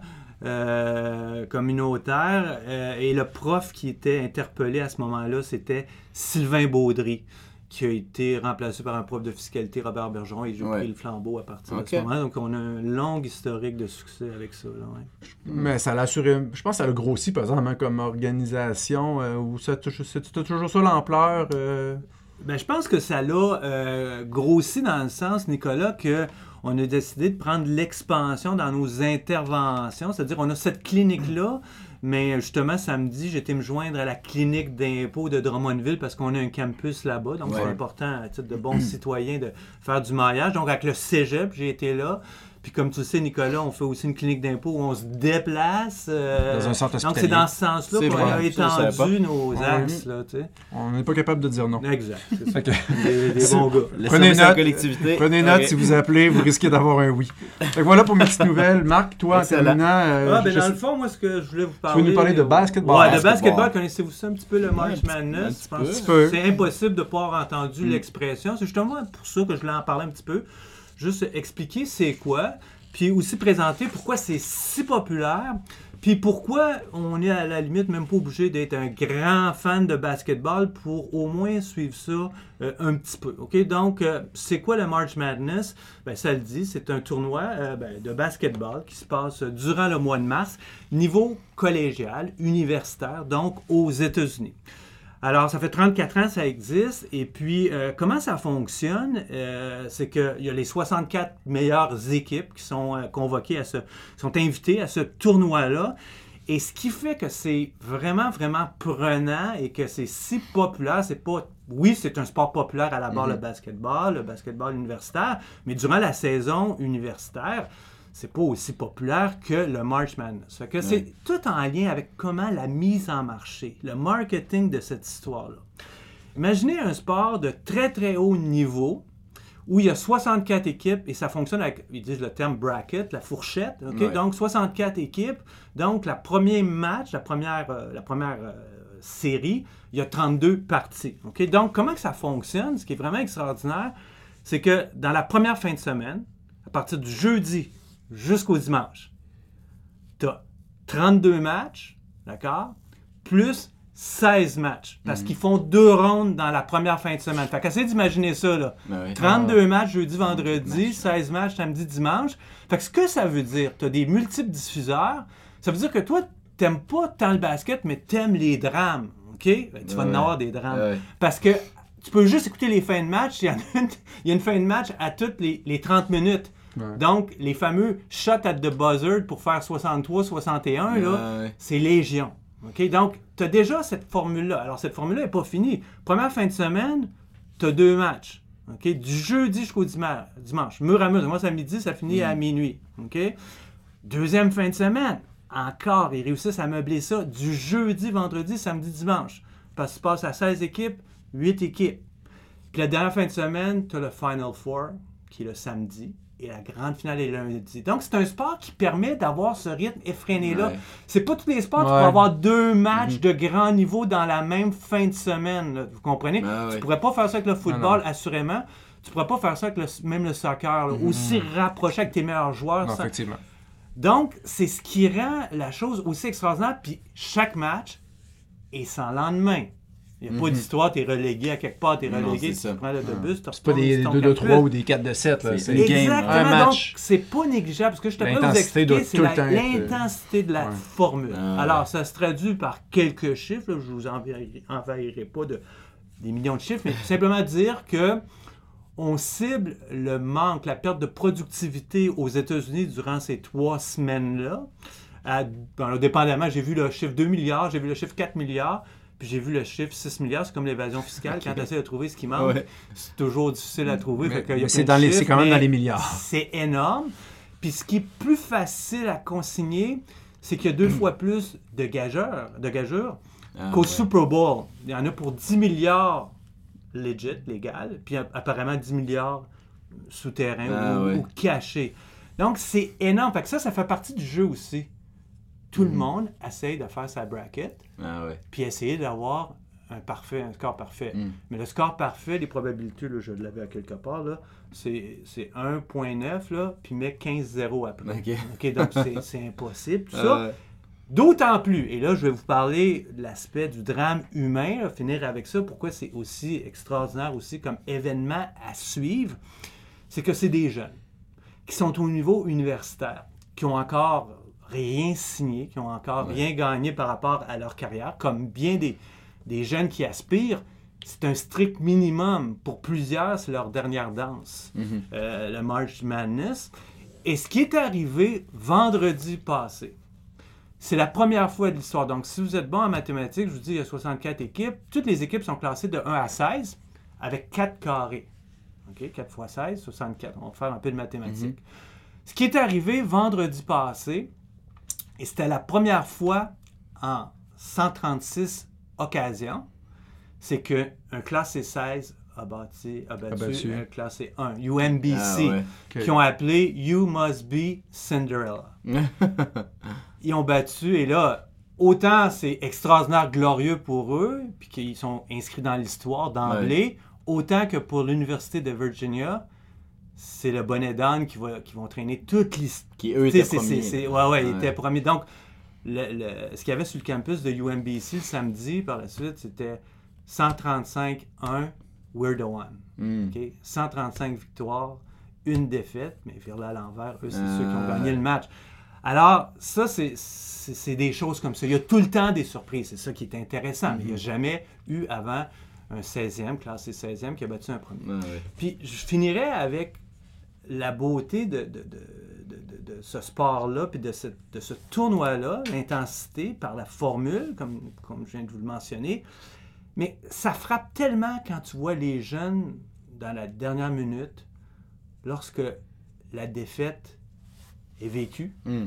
euh, communautaire. Euh, et le prof qui était interpellé à ce moment-là, c'était Sylvain Baudry, qui a été remplacé par un prof de fiscalité, Robert Bergeron, et j'ai ouais. pris le flambeau à partir okay. de ce moment-là. Donc, on a un long historique de succès avec ça. Là, ouais. Mais ça l'a assuré... Je pense que ça l'a grossi, par exemple, hein, comme organisation, euh, ou ça c'était toujours ça l'ampleur? Euh... Ben, je pense que ça l'a euh, grossi dans le sens, Nicolas, que on a décidé de prendre l'expansion dans nos interventions. C'est-à-dire, on a cette clinique-là, mais justement, samedi, j'ai été me joindre à la clinique d'impôt de Drummondville parce qu'on a un campus là-bas. Donc, ouais. c'est important, à titre de bons citoyens, de faire du maillage. Donc, avec le cégep, j'ai été là. Puis comme tu le sais, Nicolas, on fait aussi une clinique d'impôt où on se déplace. Euh, dans un centre hospitalier. Donc, c'est dans ce sens-là c'est qu'on vrai. a étendu nos axes. Là, tu sais. On n'est pas capable de dire non. Exact. C'est ça. Okay. Des, des bons gars. Prenez note, prenez note okay. si vous appelez, vous risquez d'avoir un oui. Donc voilà pour mes petites nouvelles. Marc, toi, en terminant... Euh, ah, ben, dans le fond, moi, ce que je voulais vous parler... Tu veux nous parler de basketball? Oui, de basketball. Connaissez-vous ça un petit peu, le March Madness? Un petit peu. C'est impossible de ne pas avoir entendu l'expression. C'est justement pour ça que je voulais en parler un petit peu. Juste expliquer c'est quoi... Puis aussi présenter pourquoi c'est si populaire, puis pourquoi on est à la limite même pas obligé d'être un grand fan de basketball pour au moins suivre ça euh, un petit peu. Okay? Donc, euh, c'est quoi le March Madness? Ben, ça le dit, c'est un tournoi euh, ben, de basketball qui se passe durant le mois de mars, niveau collégial, universitaire, donc aux États-Unis. Alors, ça fait trente-quatre ans que ça existe. Et puis, euh, comment ça fonctionne? Euh, c'est qu'il y a les soixante-quatre meilleures équipes qui sont euh, convoquées, à ce, sont invitées à ce tournoi-là. Et ce qui fait que c'est vraiment, vraiment prenant et que c'est si populaire, c'est pas... Oui, c'est un sport populaire à la barre, mm-hmm. le basketball, le basketball universitaire, mais durant la saison universitaire, c'est pas aussi populaire que le March Madness. Fait que c'est oui. tout en lien avec comment la mise en marché, le marketing de cette histoire-là. Imaginez un sport de très, très haut niveau où il y a soixante-quatre équipes et ça fonctionne avec, ils disent le terme bracket, la fourchette. Okay? Oui. Donc, soixante-quatre équipes. Donc, la premier match, la première, euh, la première euh, série, il y a trente-deux parties. Okay? Donc, comment que ça fonctionne? Ce qui est vraiment extraordinaire, c'est que dans la première fin de semaine, à partir du jeudi jusqu'au dimanche, tu as trente-deux matchs, d'accord, plus seize matchs, parce mm-hmm. qu'ils font deux rondes dans la première fin de semaine. Fait qu'essayez d'imaginer ça, là. Ben oui. trente-deux ah, matchs jeudi, vendredi, match. seize matchs samedi, dimanche. Fait que ce que ça veut dire, tu as des multiples diffuseurs, ça veut dire que toi, t'aimes pas tant le basket, mais t'aimes les drames, OK? Ben, tu vas en avoir des drames. Ouais. Parce que tu peux juste écouter les fins de match, il y, a une, il y a une fin de match à toutes les, les trente minutes. Ouais. Donc, les fameux shots at the buzzer pour faire soixante-trois soixante et un, ouais, là, ouais. c'est légion. Okay? Donc, tu as déjà cette formule-là. Alors, cette formule-là n'est pas finie. Première fin de semaine, tu as deux matchs. Okay? Du jeudi jusqu'au dimanche. dimanche. Mur à mur. Moi, c'est à midi, ça finit mmh. à minuit. Okay? Deuxième fin de semaine, encore, ils réussissent à meubler ça. Du jeudi, vendredi, samedi, dimanche. Parce que tu passes à seize équipes, huit équipes. Puis la dernière fin de semaine, tu as le Final Four, qui est le samedi. Et la grande finale est lundi. Donc, c'est un sport qui permet d'avoir ce rythme effréné-là. Ouais. C'est pas tous les sports ouais. qui peuvent avoir deux matchs mm-hmm. de grand niveau dans la même fin de semaine. Là. Vous comprenez? Ben, tu ouais. pourrais pas faire ça avec le football, non, non. assurément. Tu pourrais pas faire ça avec le, même le soccer. Là, mm-hmm. aussi rapproché avec tes meilleurs joueurs. Non, ça... effectivement. Donc, c'est ce qui rend la chose aussi extraordinaire. Puis, chaque match est sans lendemain. Il n'y a mm-hmm. pas d'histoire, tu es relégué à quelque part, tu es relégué, non, tu prends l'autobus, tu C'est pas des deux de trois ou des quatre de sept, là. C'est une game, un match. Donc, c'est pas négligeable. Parce que je te peux vous expliquer, c'est la, l'intensité de la ouais. formule. Ah, Alors, ça se traduit par quelques chiffres. Là, je ne vous envahirai pas de, des millions de chiffres, mais simplement dire que on cible le manque, la perte de productivité aux États-Unis durant ces trois semaines-là. À, ben, dépendamment, j'ai vu le chiffre deux milliards, j'ai vu le chiffre quatre milliards. Puis puis j'ai vu le chiffre six milliards, c'est comme l'évasion fiscale. Okay. Quand tu essaies de trouver ce qui manque, ouais. c'est toujours difficile à trouver. Mais, fait qu'il y a mais c'est, dans les, chiffres, c'est quand même dans les milliards. C'est énorme. Puis ce qui est plus facile à consigner, c'est qu'il y a deux fois plus de gageurs, de gageurs ah, qu'au ouais. Super Bowl. Il y en a pour dix milliards legit, légal, puis apparemment dix milliards souterrains ah, ou, ouais. ou cachés. Donc, c'est énorme. Fait que ça, ça fait partie du jeu aussi. Tout mm-hmm. le monde essaye de faire sa bracket, ah, ouais. puis essayer d'avoir un parfait, un score parfait. Mm. Mais le score parfait, les probabilités, là, je l'avais à quelque part, là, c'est, c'est un virgule neuf, là, puis met quinze zéro après. Okay. Okay, donc, c'est, c'est impossible, tout ah, ça. Ouais. D'autant plus, et là, je vais vous parler de l'aspect du drame humain, là, finir avec ça, pourquoi c'est aussi extraordinaire aussi comme événement à suivre, c'est que c'est des jeunes qui sont au niveau universitaire, qui ont encore rien signé, qui ont encore ouais. rien gagné par rapport à leur carrière, comme bien des, des jeunes qui aspirent. C'est un strict minimum. Pour plusieurs, c'est leur dernière danse, mm-hmm. euh, le March Madness. Et ce qui est arrivé vendredi passé, c'est la première fois de l'histoire. Donc, si vous êtes bon en mathématiques, je vous dis, il y a soixante-quatre équipes. Toutes les équipes sont classées de un à seize avec quatre carrés. OK? quatre fois seize, soixante-quatre. On va faire un peu de mathématiques. Mm-hmm. Ce qui est arrivé vendredi passé, et c'était la première fois en cent trente-six occasions, c'est qu'un classé seize a battu, a battu, a battu. un classé un, U M B C, ah ouais. okay. qui ont appelé « You must be Cinderella ». Ils ont battu, et là, autant c'est extraordinaire, glorieux pour eux, puis qu'ils sont inscrits dans l'histoire d'emblée, ouais. autant que pour l'Université de Virginia, c'est le bonnet d'âne qui, va, qui vont traîner toute l'histoire. Qui, eux, étaient premiers. C'est, c'est, ouais, ouais, ouais, ils étaient premiers. Donc, le, le, ce qu'il y avait sur le campus de U M B C le samedi, par la suite, c'était cent trente-cinq un, we're the one. Mm. Okay? cent trente-cinq victoires, une défaite, mais viré à l'envers, eux, c'est ah. ceux qui ont gagné le match. Alors, ça, c'est, c'est, c'est des choses comme ça. Il y a tout le temps des surprises. C'est ça qui est intéressant. Mm-hmm. Mais il n'y a jamais eu avant un seizième, classé seizième, qui a battu un premier. Ah, ouais. Puis, je finirais avec la beauté de, de, de, de, de, de ce sport-là, puis de ce, de ce tournoi-là, l'intensité par la formule, comme, comme je viens de vous le mentionner. Mais ça frappe tellement quand tu vois les jeunes dans la dernière minute, lorsque la défaite est vécue. Mm.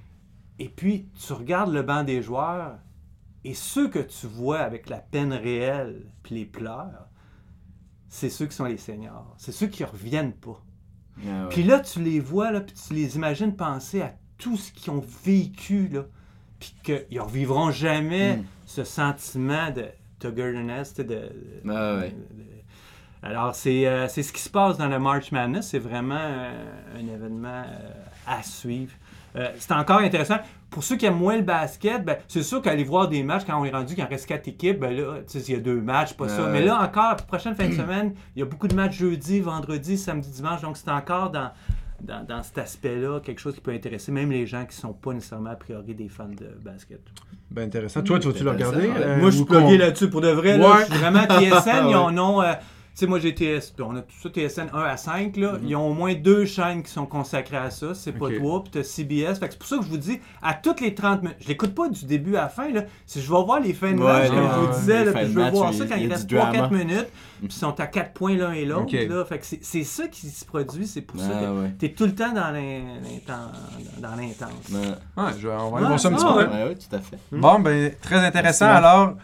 Et puis, tu regardes le banc des joueurs, et ceux que tu vois avec la peine réelle, puis les pleurs, c'est ceux qui sont les seniors. C'est ceux qui ne reviennent pas. Ah ouais. Puis là, tu les vois, là, puis tu les imagines penser à tout ce qu'ils ont vécu, là, puis qu'ils ne revivront jamais mm. ce sentiment de togetherness, de, de, ah ouais. de, de... Alors, c'est, euh, c'est ce qui se passe dans le March Madness. C'est vraiment euh, un événement euh, à suivre. Euh, c'est encore intéressant. Pour ceux qui aiment moins le basket, ben, c'est sûr qu'aller voir des matchs, quand on est rendu qu'il en reste quatre équipes, ben là, tu sais, il y a deux matchs, pas euh, ça. Mais là, encore, la prochaine fin de semaine, il y a beaucoup de matchs jeudi, vendredi, samedi, dimanche. Donc, c'est encore dans, dans, dans cet aspect-là quelque chose qui peut intéresser même les gens qui ne sont pas nécessairement a priori des fans de basket. Ben intéressant. Toi, tu vas-tu le regarder? Euh, Moi, je suis plugué là-dessus pour de vrai. Là, ouais. Je suis vraiment T S N. Ils en ont... Euh, tu sais, moi, j'ai T S N, on a tout ça, T S N un à cinq, là. Mm-hmm. Ils ont au moins deux chaînes qui sont consacrées à ça. C'est pas okay. toi, puis t'as C B S. Fait que c'est pour ça que je vous dis, à toutes les trente minutes, je l'écoute pas du début à la fin, là. Si je vais voir les fins de ouais, match, comme je vous disais, là, puis je veux voir ça quand il reste trois à quatre minutes, puis ils sont à quatre points l'un et l'autre, okay. là. Fait que c'est, c'est ça qui se produit, c'est pour ah, ça que ouais. t'es tout le temps dans, l'inten... dans l'intense. Ouais, je vais, on va aller voir ça un petit peu. Ouais, ouais, tout à fait. Bon, ben, très intéressant. Alors...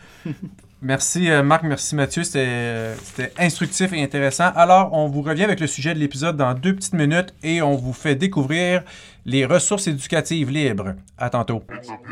Merci euh, Marc, merci Mathieu, c'était, euh, c'était instructif et intéressant. Alors, on vous revient avec le sujet de l'épisode dans deux petites minutes et on vous fait découvrir les ressources éducatives libres. À tantôt.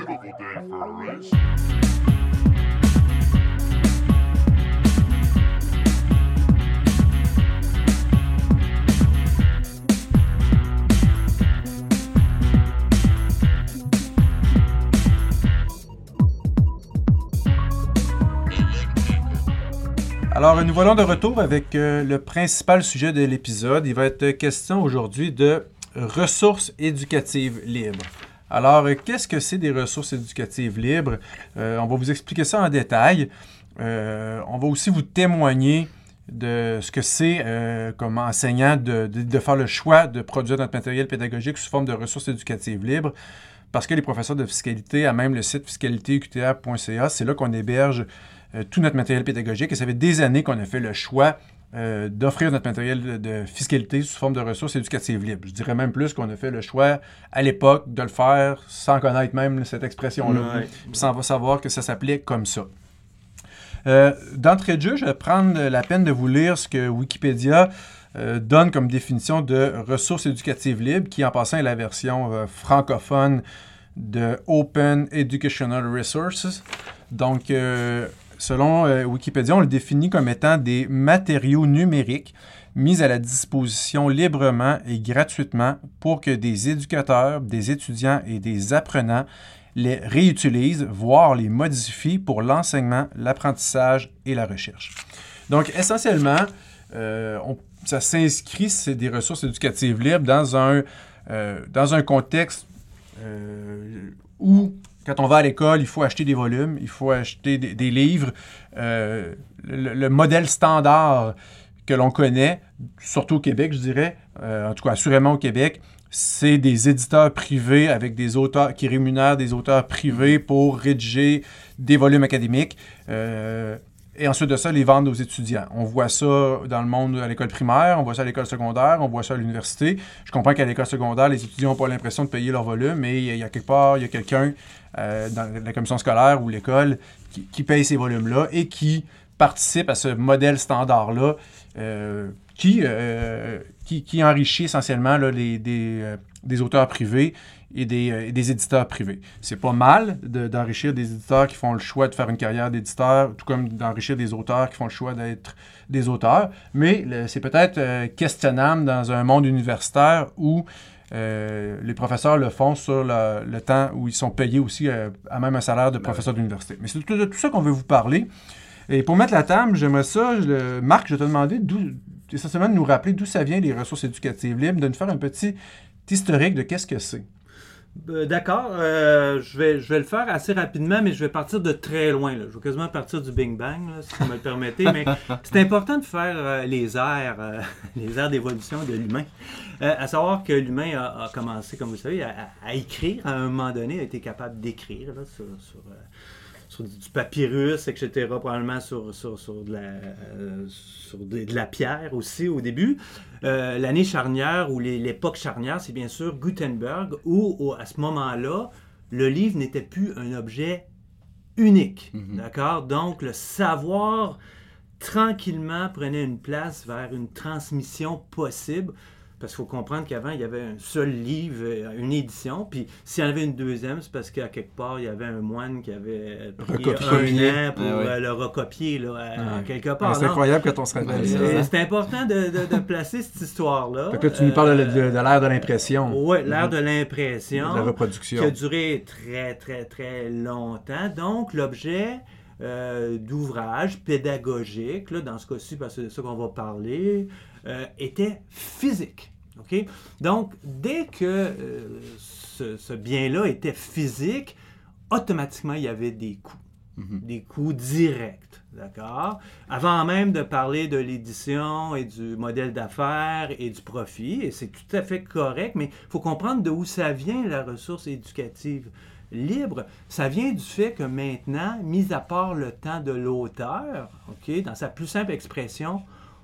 Alors, nous voilà de retour avec euh, le principal sujet de l'épisode. Il va être question aujourd'hui de ressources éducatives libres. Alors, euh, qu'est-ce que c'est des ressources éducatives libres? Euh, on va vous expliquer ça en détail. Euh, on va aussi vous témoigner de ce que c'est euh, comme enseignant de, de, de faire le choix de produire notre matériel pédagogique sous forme de ressources éducatives libres. Parce que les professeurs de fiscalité, à même le site fiscalité u q t r point c a, c'est là qu'on héberge euh, tout notre matériel pédagogique. Et ça fait des années qu'on a fait le choix euh, d'offrir notre matériel de, de fiscalité sous forme de ressources éducatives libres. Je dirais même plus qu'on a fait le choix à l'époque de le faire sans connaître même cette expression-là, Ouais. puis sans savoir que ça s'appelait comme ça. Euh, d'entrée de jeu, je vais prendre la peine de vous lire ce que Wikipédia euh, donne comme définition de ressources éducatives libres, qui en passant est la version euh, francophone de Open Educational Resources. Donc, euh, selon euh, Wikipédia, on le définit comme étant des matériaux numériques mis à la disposition librement et gratuitement pour que des éducateurs, des étudiants et des apprenants les réutilisent, voire les modifient pour l'enseignement, l'apprentissage et la recherche. Donc, essentiellement, euh, on, ça s'inscrit, c'est des ressources éducatives libres dans un, euh, dans un contexte euh, où, quand on va à l'école, il faut acheter des volumes, il faut acheter des, des livres. Euh, le, le modèle standard que l'on connaît, surtout au Québec, je dirais, euh, en tout cas assurément au Québec, c'est des éditeurs privés avec des auteurs qui rémunèrent des auteurs privés pour rédiger des volumes académiques. Euh, et ensuite de ça, les vendre aux étudiants. On voit ça dans le monde à l'école primaire, on voit ça à l'école secondaire, on voit ça à l'université. Je comprends qu'à l'école secondaire, les étudiants n'ont pas l'impression de payer leur volume, mais il y a quelque part, il y a quelqu'un euh, dans la commission scolaire ou l'école qui, qui paye ces volumes-là et qui participe à ce modèle standard-là euh, qui, euh, qui, qui enrichit essentiellement là, les, des, euh, des auteurs privés et des, euh, et des éditeurs privés. C'est pas mal de, d'enrichir des éditeurs qui font le choix de faire une carrière d'éditeur, tout comme d'enrichir des auteurs qui font le choix d'être des auteurs, mais le, c'est peut-être euh, questionnable dans un monde universitaire où euh, les professeurs le font sur le, le temps où ils sont payés aussi euh, à même un salaire de professeur d'université. Mais c'est de tout ça qu'on veut vous parler. Et pour mettre la table, j'aimerais ça, je, Marc, je vais te demander d'où, essentiellement de nous rappeler d'où ça vient les ressources éducatives libres, de nous faire un petit historique de qu'est-ce que c'est. Euh, d'accord, euh, je, vais, je vais le faire assez rapidement, mais je vais partir de très loin. Là. Je vais quasiment partir du Big Bang, là, si vous me le permettez. Mais c'est important de faire euh, les ères, euh, les ères d'évolution de l'humain. Euh, à savoir que l'humain a, a commencé, comme vous savez, à, à écrire. À un moment donné, a été capable d'écrire là, sur... sur euh, sur du papyrus, et cetera, probablement sur, sur, sur, de, la, euh, sur de, de la pierre aussi au début. Euh, l'année charnière ou les, l'époque charnière, c'est bien sûr Gutenberg, où, où à ce moment-là, le livre n'était plus un objet unique. Mm-hmm. D'accord? Donc, le savoir tranquillement prenait une place vers une transmission possible. Parce qu'il faut comprendre qu'avant, il y avait un seul livre, une édition. Puis s'il y en avait une deuxième, c'est parce qu'à quelque part, il y avait un moine qui avait pris recopié. un an pour ah, oui. le recopier là, à, ah, quelque part. Ah, c'est non? incroyable quand on se rappelle c'est, ça. C'est, c'est important de, de, de placer cette histoire-là. Fait que là, tu nous parles de, de, de l'ère de l'impression. Oui, l'ère de l'impression. De la reproduction. Qui a duré très, très, très longtemps. Donc, l'objet... Euh, d'ouvrage pédagogique, là, dans ce cas-ci, parce que c'est de ça qu'on va parler, euh, était physique. Okay? Donc, dès que euh, ce, ce bien-là était physique, automatiquement, il y avait des coûts. Mm-hmm. Des coûts directs. D'accord? Avant même de parler de l'édition et du modèle d'affaires et du profit, et c'est tout à fait correct, mais il faut comprendre d'où ça vient, la ressource éducative libre, ça vient du fait que maintenant, mis à part le temps de l'auteur, okay, dans sa plus simple expression,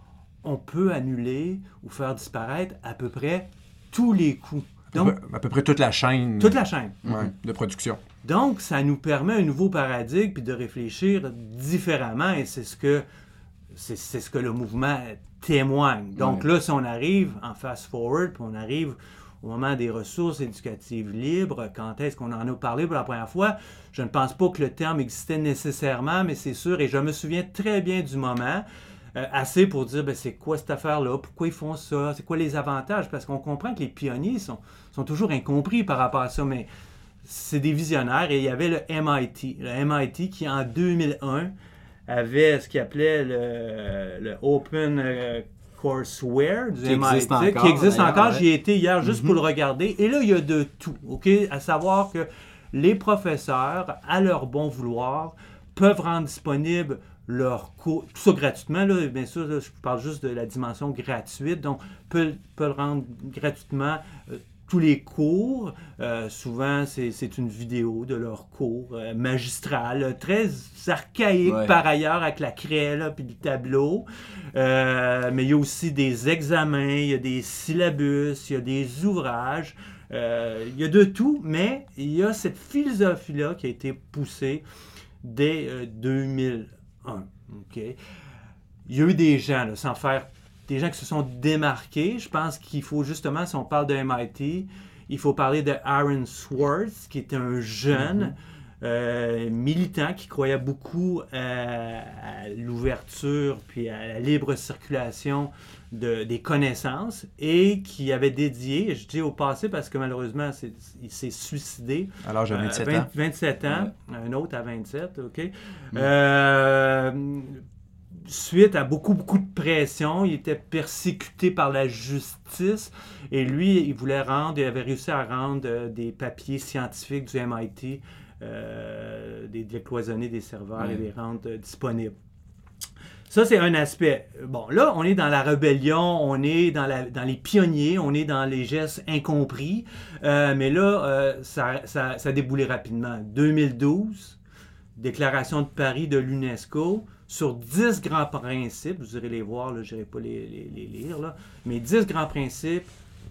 on peut annuler ou faire disparaître à peu près tous les coûts. Donc, à peu près toute la chaîne. Toute la chaîne. Ouais, de production. Donc, ça nous permet un nouveau paradigme puis de réfléchir différemment et c'est ce que, c'est, c'est ce que le mouvement témoigne. Donc ouais. Là, si on arrive en fast-forward, puis on arrive au moment des ressources éducatives libres, quand est-ce qu'on en a parlé pour la première fois? Je ne pense pas que le terme existait nécessairement, mais c'est sûr, et je me souviens très bien du moment, euh, assez pour dire, ben, c'est quoi cette affaire-là? Pourquoi ils font ça? C'est quoi les avantages? Parce qu'on comprend que les pionniers sont, sont toujours incompris par rapport à ça, mais c'est des visionnaires, et il y avait le M I T. Le M I T qui, en deux mille un, avait ce qu'il appelait le, le Open... Euh, Courseware du qui M I T, existe encore, qui existe encore. Ouais. J'y ai été hier juste mm-hmm. pour le regarder. Et là, il y a de tout. OK? À savoir que les professeurs, à leur bon vouloir, peuvent rendre disponible leurs cours, tout ça gratuitement. Là, bien sûr, là, je parle juste de la dimension gratuite. Donc, peuvent, peuvent rendre gratuitement euh, tous les cours. Euh, souvent, c'est, c'est une vidéo de leur cours euh, magistral, très archaïque ouais. par ailleurs, avec la craie là, puis le tableau. Euh, mais il y a aussi des examens, il y a des syllabus, il y a des ouvrages. Euh, il y a de tout, mais il y a cette philosophie-là qui a été poussée dès euh, deux mille un. Okay? Il y a eu des gens, là, sans faire, des gens qui se sont démarqués. Je pense qu'il faut justement, si on parle de M I T, il faut parler de Aaron Swartz, qui était un jeune mm-hmm. euh, militant qui croyait beaucoup à, à l'ouverture puis à la libre circulation de, des connaissances et qui avait dédié, je dis au passé parce que malheureusement c'est, il s'est suicidé à l'âge de vingt-sept ans, vingt-sept ans, ouais. Un autre à vingt-sept, ok. Mm. Euh, suite à beaucoup beaucoup de pression, il était persécuté par la justice et lui il voulait rendre, il avait réussi à rendre euh, des papiers scientifiques du M I T, euh, des décloisonner des serveurs ouais. et les rendre euh, disponibles. Ça, c'est un aspect. Bon, là, on est dans la rébellion, on est dans, la, dans les pionniers, on est dans les gestes incompris. Euh, mais là, euh, ça, ça, ça a déboulé rapidement. deux mille douze, déclaration de Paris de l'UNESCO sur dix grands principes. Vous irez les voir, là, je n'irai pas les, les, les lire, là, mais dix grands principes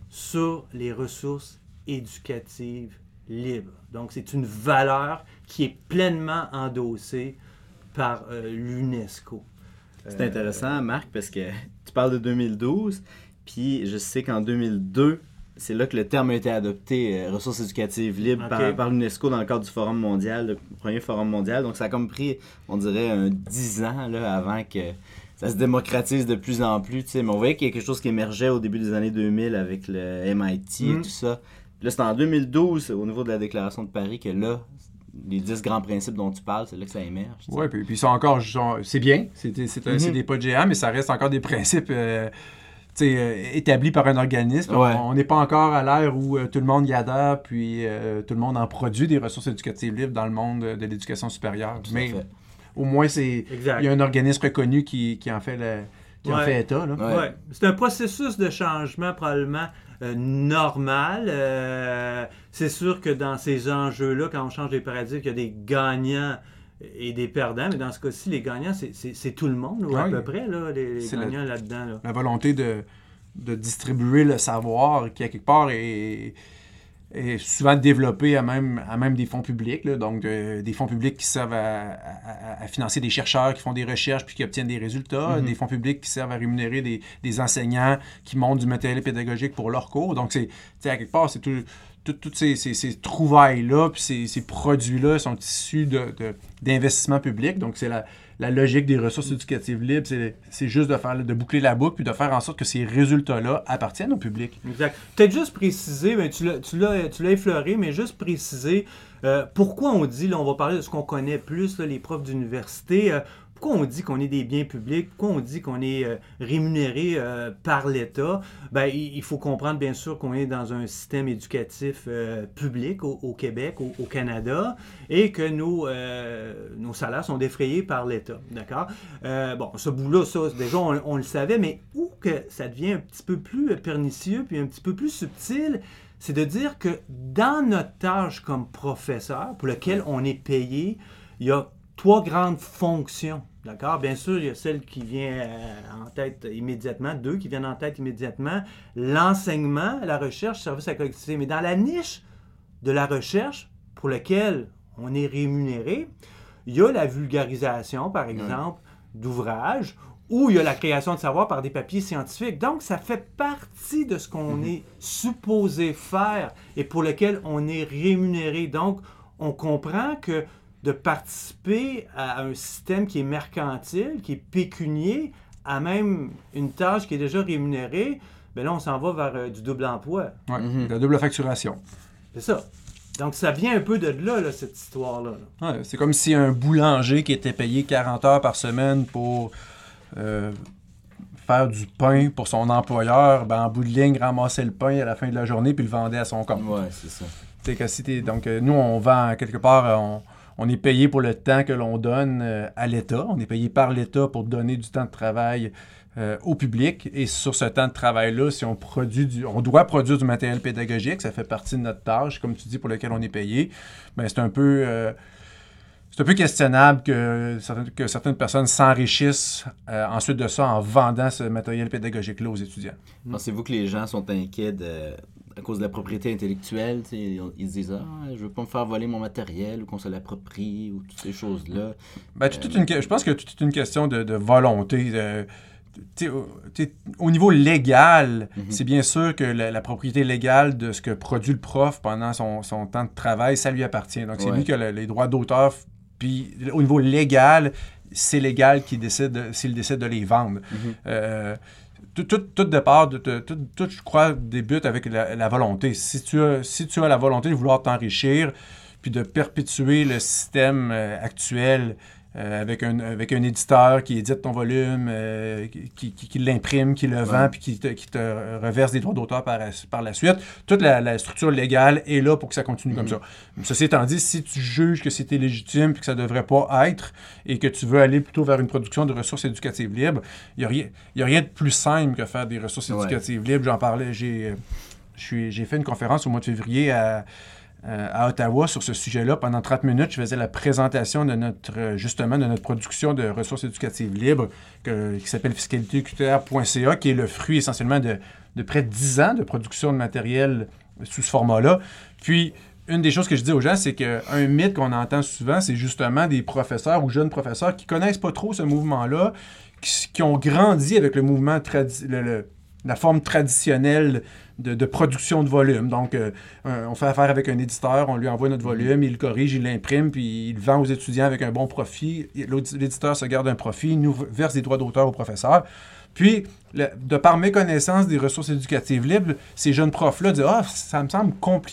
sur les ressources éducatives libres. Donc, c'est une valeur qui est pleinement endossée par euh, l'UNESCO. C'est intéressant, Marc, parce que tu parles de deux mille douze, puis je sais qu'en deux mille deux, c'est là que le terme a été adopté, euh, ressources éducatives libres, okay. par, par l'UNESCO dans le cadre du Forum mondial, le premier Forum mondial. Donc ça a comme pris, on dirait, un dix ans là, avant que ça se démocratise de plus en plus. T'sais. Mais on voyait qu'il y a quelque chose qui émergeait au début des années deux mille avec le M I T mm. et tout ça. Puis là, c'est en deux mille douze, au niveau de la Déclaration de Paris, que là... les dix grands principes dont tu parles, c'est là que ça émerge. Oui, puis, puis ils sont encore... Genre, c'est bien, c'est, c'est, mm-hmm. c'est des pas de géant, mais ça reste encore des principes euh, euh, établis par un organisme. Ouais. On n'est pas encore à l'ère où euh, tout le monde y adhère, puis euh, tout le monde en produit des ressources éducatives libres dans le monde de l'éducation supérieure. Tout mais au moins, c'est il y a un organisme reconnu qui, qui en fait, le, qui ouais. en fait état. Là. Ouais. Ouais. C'est un processus de changement probablement Euh, normal. Euh, c'est sûr que dans ces enjeux-là, quand on change les paradigmes, il y a des gagnants et des perdants. Mais dans ce cas-ci, les gagnants, c'est, c'est, c'est tout le monde, oui. à peu près, là, les, les gagnants la, là-dedans. Là. La volonté de, de distribuer le savoir qui, à quelque part, est, est souvent développé à même, à même des fonds publics. Là, donc, de, des fonds publics qui servent à, à, à financer des chercheurs qui font des recherches puis qui obtiennent des résultats. Mm-hmm. Des fonds publics qui servent à rémunérer des, des enseignants qui montent du matériel pédagogique pour leurs cours. Donc, c'est, à quelque part, c'est tout... Toutes tout ces, ces, ces trouvailles-là puis ces, ces produits-là sont issus de, de, d'investissements publics. Donc, c'est la, la logique des ressources éducatives libres. C'est, c'est juste de, faire, de boucler la boucle puis de faire en sorte que ces résultats-là appartiennent au public. Exact. Peut-être juste préciser, ben, tu, l'as, tu, l'as, tu l'as effleuré, mais juste préciser euh, pourquoi on dit, là, on va parler de ce qu'on connaît plus, là, les profs d'université. Euh, Pourquoi on dit qu'on est des biens publics? Pourquoi on dit qu'on est euh, rémunéré euh, par l'État? Ben, il faut comprendre, bien sûr, qu'on est dans un système éducatif euh, public au, au Québec, au, au Canada, et que nos, euh, nos salaires sont défrayés par l'État. D'accord? Euh, bon, ce bout-là, ça, déjà, on, on le savait, mais où que ça devient un petit peu plus pernicieux puis un petit peu plus subtil, c'est de dire que dans notre tâche comme professeur, pour lequel on est payé, il y a trois grandes fonctions. D'accord? Bien sûr, il y a celle qui vient en tête immédiatement, deux qui viennent en tête immédiatement, l'enseignement, la recherche, service à la collectivité. Mais dans la niche de la recherche, pour laquelle on est rémunéré, il y a la vulgarisation, par exemple, oui. d'ouvrages, ou il y a la création de savoir par des papiers scientifiques. Donc, ça fait partie de ce qu'on mm-hmm. est supposé faire et pour lequel on est rémunéré. Donc, on comprend que de participer à un système qui est mercantile, qui est pécunier, à même une tâche qui est déjà rémunérée, bien là, on s'en va vers euh, du double emploi. Oui, mm-hmm. la double facturation. C'est ça. Donc, ça vient un peu de là, là cette histoire-là. Ouais, c'est comme si un boulanger qui était payé quarante heures par semaine pour euh, faire du pain pour son employeur, ben, en bout de ligne, ramasser le pain à la fin de la journée puis le vendait à son compte. Oui, c'est ça. C'est que si t'es, donc, euh, nous, on vend quelque part... On, On est payé pour le temps que l'on donne euh, à l'État. On est payé par l'État pour donner du temps de travail euh, au public. Et sur ce temps de travail-là, si on produit du, on doit produire du matériel pédagogique, ça fait partie de notre tâche, comme tu dis, pour lequel on est payé, bien, c'est un peu... Euh, C'est un peu questionnable que certaines, que certaines personnes s'enrichissent euh, ensuite de ça en vendant ce matériel pédagogique-là aux étudiants. Pensez-vous que les gens sont inquiets de, à cause de la propriété intellectuelle? Ils, ils se disent « Ah, je veux pas me faire voler mon matériel ou qu'on se l'approprie ou toutes ces choses-là. » Ben, euh, toute une, je pense que c'est une question de, de volonté. De, T'sais, t'sais, au niveau légal, mm-hmm. c'est bien sûr que la, la propriété légale de ce que produit le prof pendant son, son temps de travail, ça lui appartient. Donc, c'est ouais. lui qui a le, les droits d'auteur. Puis, au niveau légal, c'est légal qu'il décide, s'il décide de les vendre. Mm-hmm. Euh, tout, tout, tout départ, de, tout, tout, je crois, débute avec la, la volonté. Si tu, as, si tu as la volonté de vouloir t'enrichir, puis de perpétuer le système euh, actuel, Euh, avec, un, avec un éditeur qui édite ton volume, euh, qui, qui, qui l'imprime, qui le ouais. vend, puis qui te, qui te reverse des droits d'auteur par, par la suite. Toute la, la structure légale est là pour que ça continue mm-hmm. comme ça. Ceci étant dit, si tu juges que c'était légitime et que ça ne devrait pas être, et que tu veux aller plutôt vers une production de ressources éducatives libres, il n'y a, a rien de plus simple que faire des ressources ouais. éducatives libres. J'en parlais, j'ai, j'ai fait une conférence au mois de février à... à Ottawa sur ce sujet-là. Pendant trente minutes, je faisais la présentation de notre, justement, de notre production de ressources éducatives libres que, qui s'appelle fiscalité q t r point c a, qui est le fruit essentiellement de, de près de dix ans de production de matériel sous ce format-là. Puis, une des choses que je dis aux gens, c'est qu'un mythe qu'on entend souvent, c'est justement des professeurs ou jeunes professeurs qui connaissent pas trop ce mouvement-là, qui, qui ont grandi avec le mouvement tradi- le, le, la forme traditionnelle de, de production de volume. Donc, euh, on fait affaire avec un éditeur, on lui envoie notre volume, il le corrige, il l'imprime, puis il le vend aux étudiants avec un bon profit. L'éditeur se garde un profit, il nous verse des droits d'auteur aux professeurs. Puis, le, de par méconnaissance des ressources éducatives libres, ces jeunes profs-là disent « Ah, ça me semble compliqué. »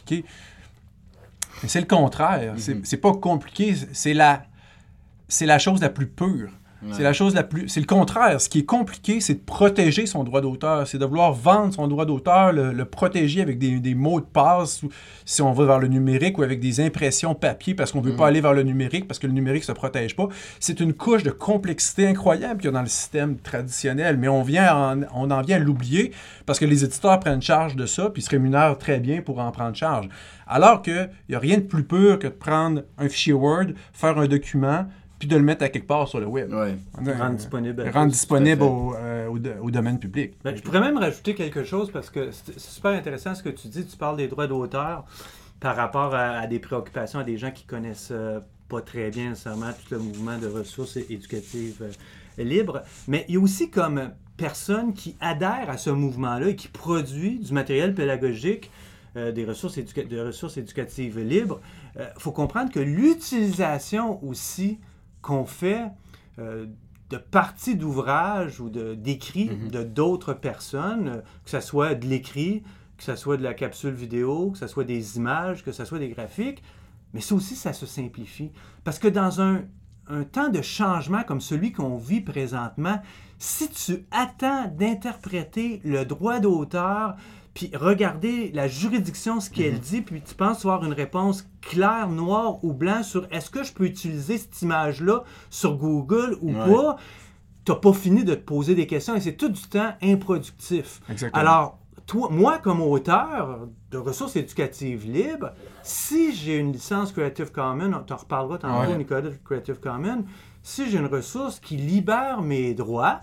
Mais c'est le contraire. Mm-hmm. C'est, c'est pas compliqué, c'est la, c'est la chose la plus pure. Ouais. C'est la chose la plus... C'est le contraire. Ce qui est compliqué, c'est de protéger son droit d'auteur. C'est de vouloir vendre son droit d'auteur, le, le protéger avec des, des mots de passe, ou, si on va vers le numérique, ou avec des impressions papier, parce qu'on ne veut mmh. pas aller vers le numérique, parce que le numérique ne se protège pas. C'est une couche de complexité incroyable qu'il y a dans le système traditionnel. Mais on, vient en, on en vient à l'oublier, parce que les éditeurs prennent charge de ça, puis se rémunèrent très bien pour en prendre charge. Alors qu'il n'y a rien de plus pur que de prendre un fichier Word, faire un document, puis de le mettre à quelque part sur le web. Ouais. Rendre disponible. Euh, rendre disponible au, euh, au, au domaine public. Ben, je pourrais même rajouter quelque chose parce que c'est, c'est super intéressant ce que tu dis. Tu parles des droits d'auteur par rapport à, à des préoccupations, à des gens qui connaissent euh, pas très bien nécessairement tout le mouvement de ressources éducatives euh, libres. Mais il y a aussi comme personnes qui adhèrent à ce mouvement-là et qui produisent du matériel pédagogique, euh, des ressources, éduca- de ressources éducatives libres. Il euh, faut comprendre que l'utilisation aussi qu'on fait euh, de parties d'ouvrages ou de, d'écrits mm-hmm. de d'autres personnes, euh, que ce soit de l'écrit, que ce soit de la capsule vidéo, que ce soit des images, que ce soit des graphiques, mais ça aussi, ça se simplifie. Parce que dans un, un temps de changement comme celui qu'on vit présentement, si tu attends d'interpréter le droit d'auteur, puis regarder la juridiction, ce qu'elle mm-hmm. dit, puis tu penses avoir une réponse claire, noire ou blanc sur est-ce que je peux utiliser cette image-là sur Google ou ouais. pas, tu n'as pas fini de te poser des questions et c'est tout du temps improductif. Exactement. Alors, toi, moi, comme auteur de ressources éducatives libres, si j'ai une licence Creative Commons, on t'en reparlera tantôt, ouais. Nicolas, Creative Commons, si j'ai une ressource qui libère mes droits,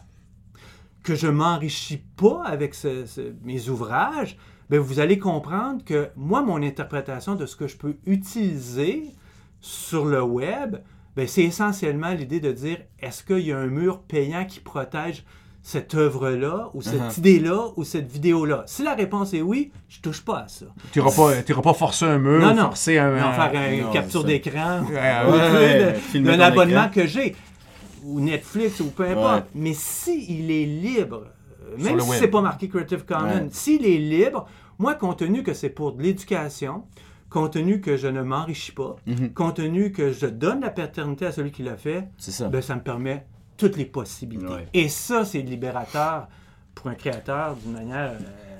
que je ne m'enrichis pas avec ce, ce, mes ouvrages, bien, vous allez comprendre que moi, mon interprétation de ce que je peux utiliser sur le web, bien, c'est essentiellement l'idée de dire, est-ce qu'il y a un mur payant qui protège cette œuvre-là, ou cette uh-huh. idée-là, ou cette vidéo-là? Si la réponse est oui, je ne touche pas à ça. Tu n'iras pas, pas forcer un mur, non, non. forcer un... Non, faire une non, capture ça. d'écran, ouais, ouais, ouais, d'un abonnement écran. Que j'ai. Ou Netflix, ou peu importe. Ouais. Mais s'il est libre, même si c'est pas marqué Creative Commons, ouais. s'il est libre, moi, compte tenu que c'est pour de l'éducation, compte tenu que je ne m'enrichis pas, mm-hmm. compte tenu que je donne la paternité à celui qui l'a fait, ça. Ben, ça me permet toutes les possibilités. Ouais. Et ça, c'est libérateur pour un créateur d'une manière... Euh,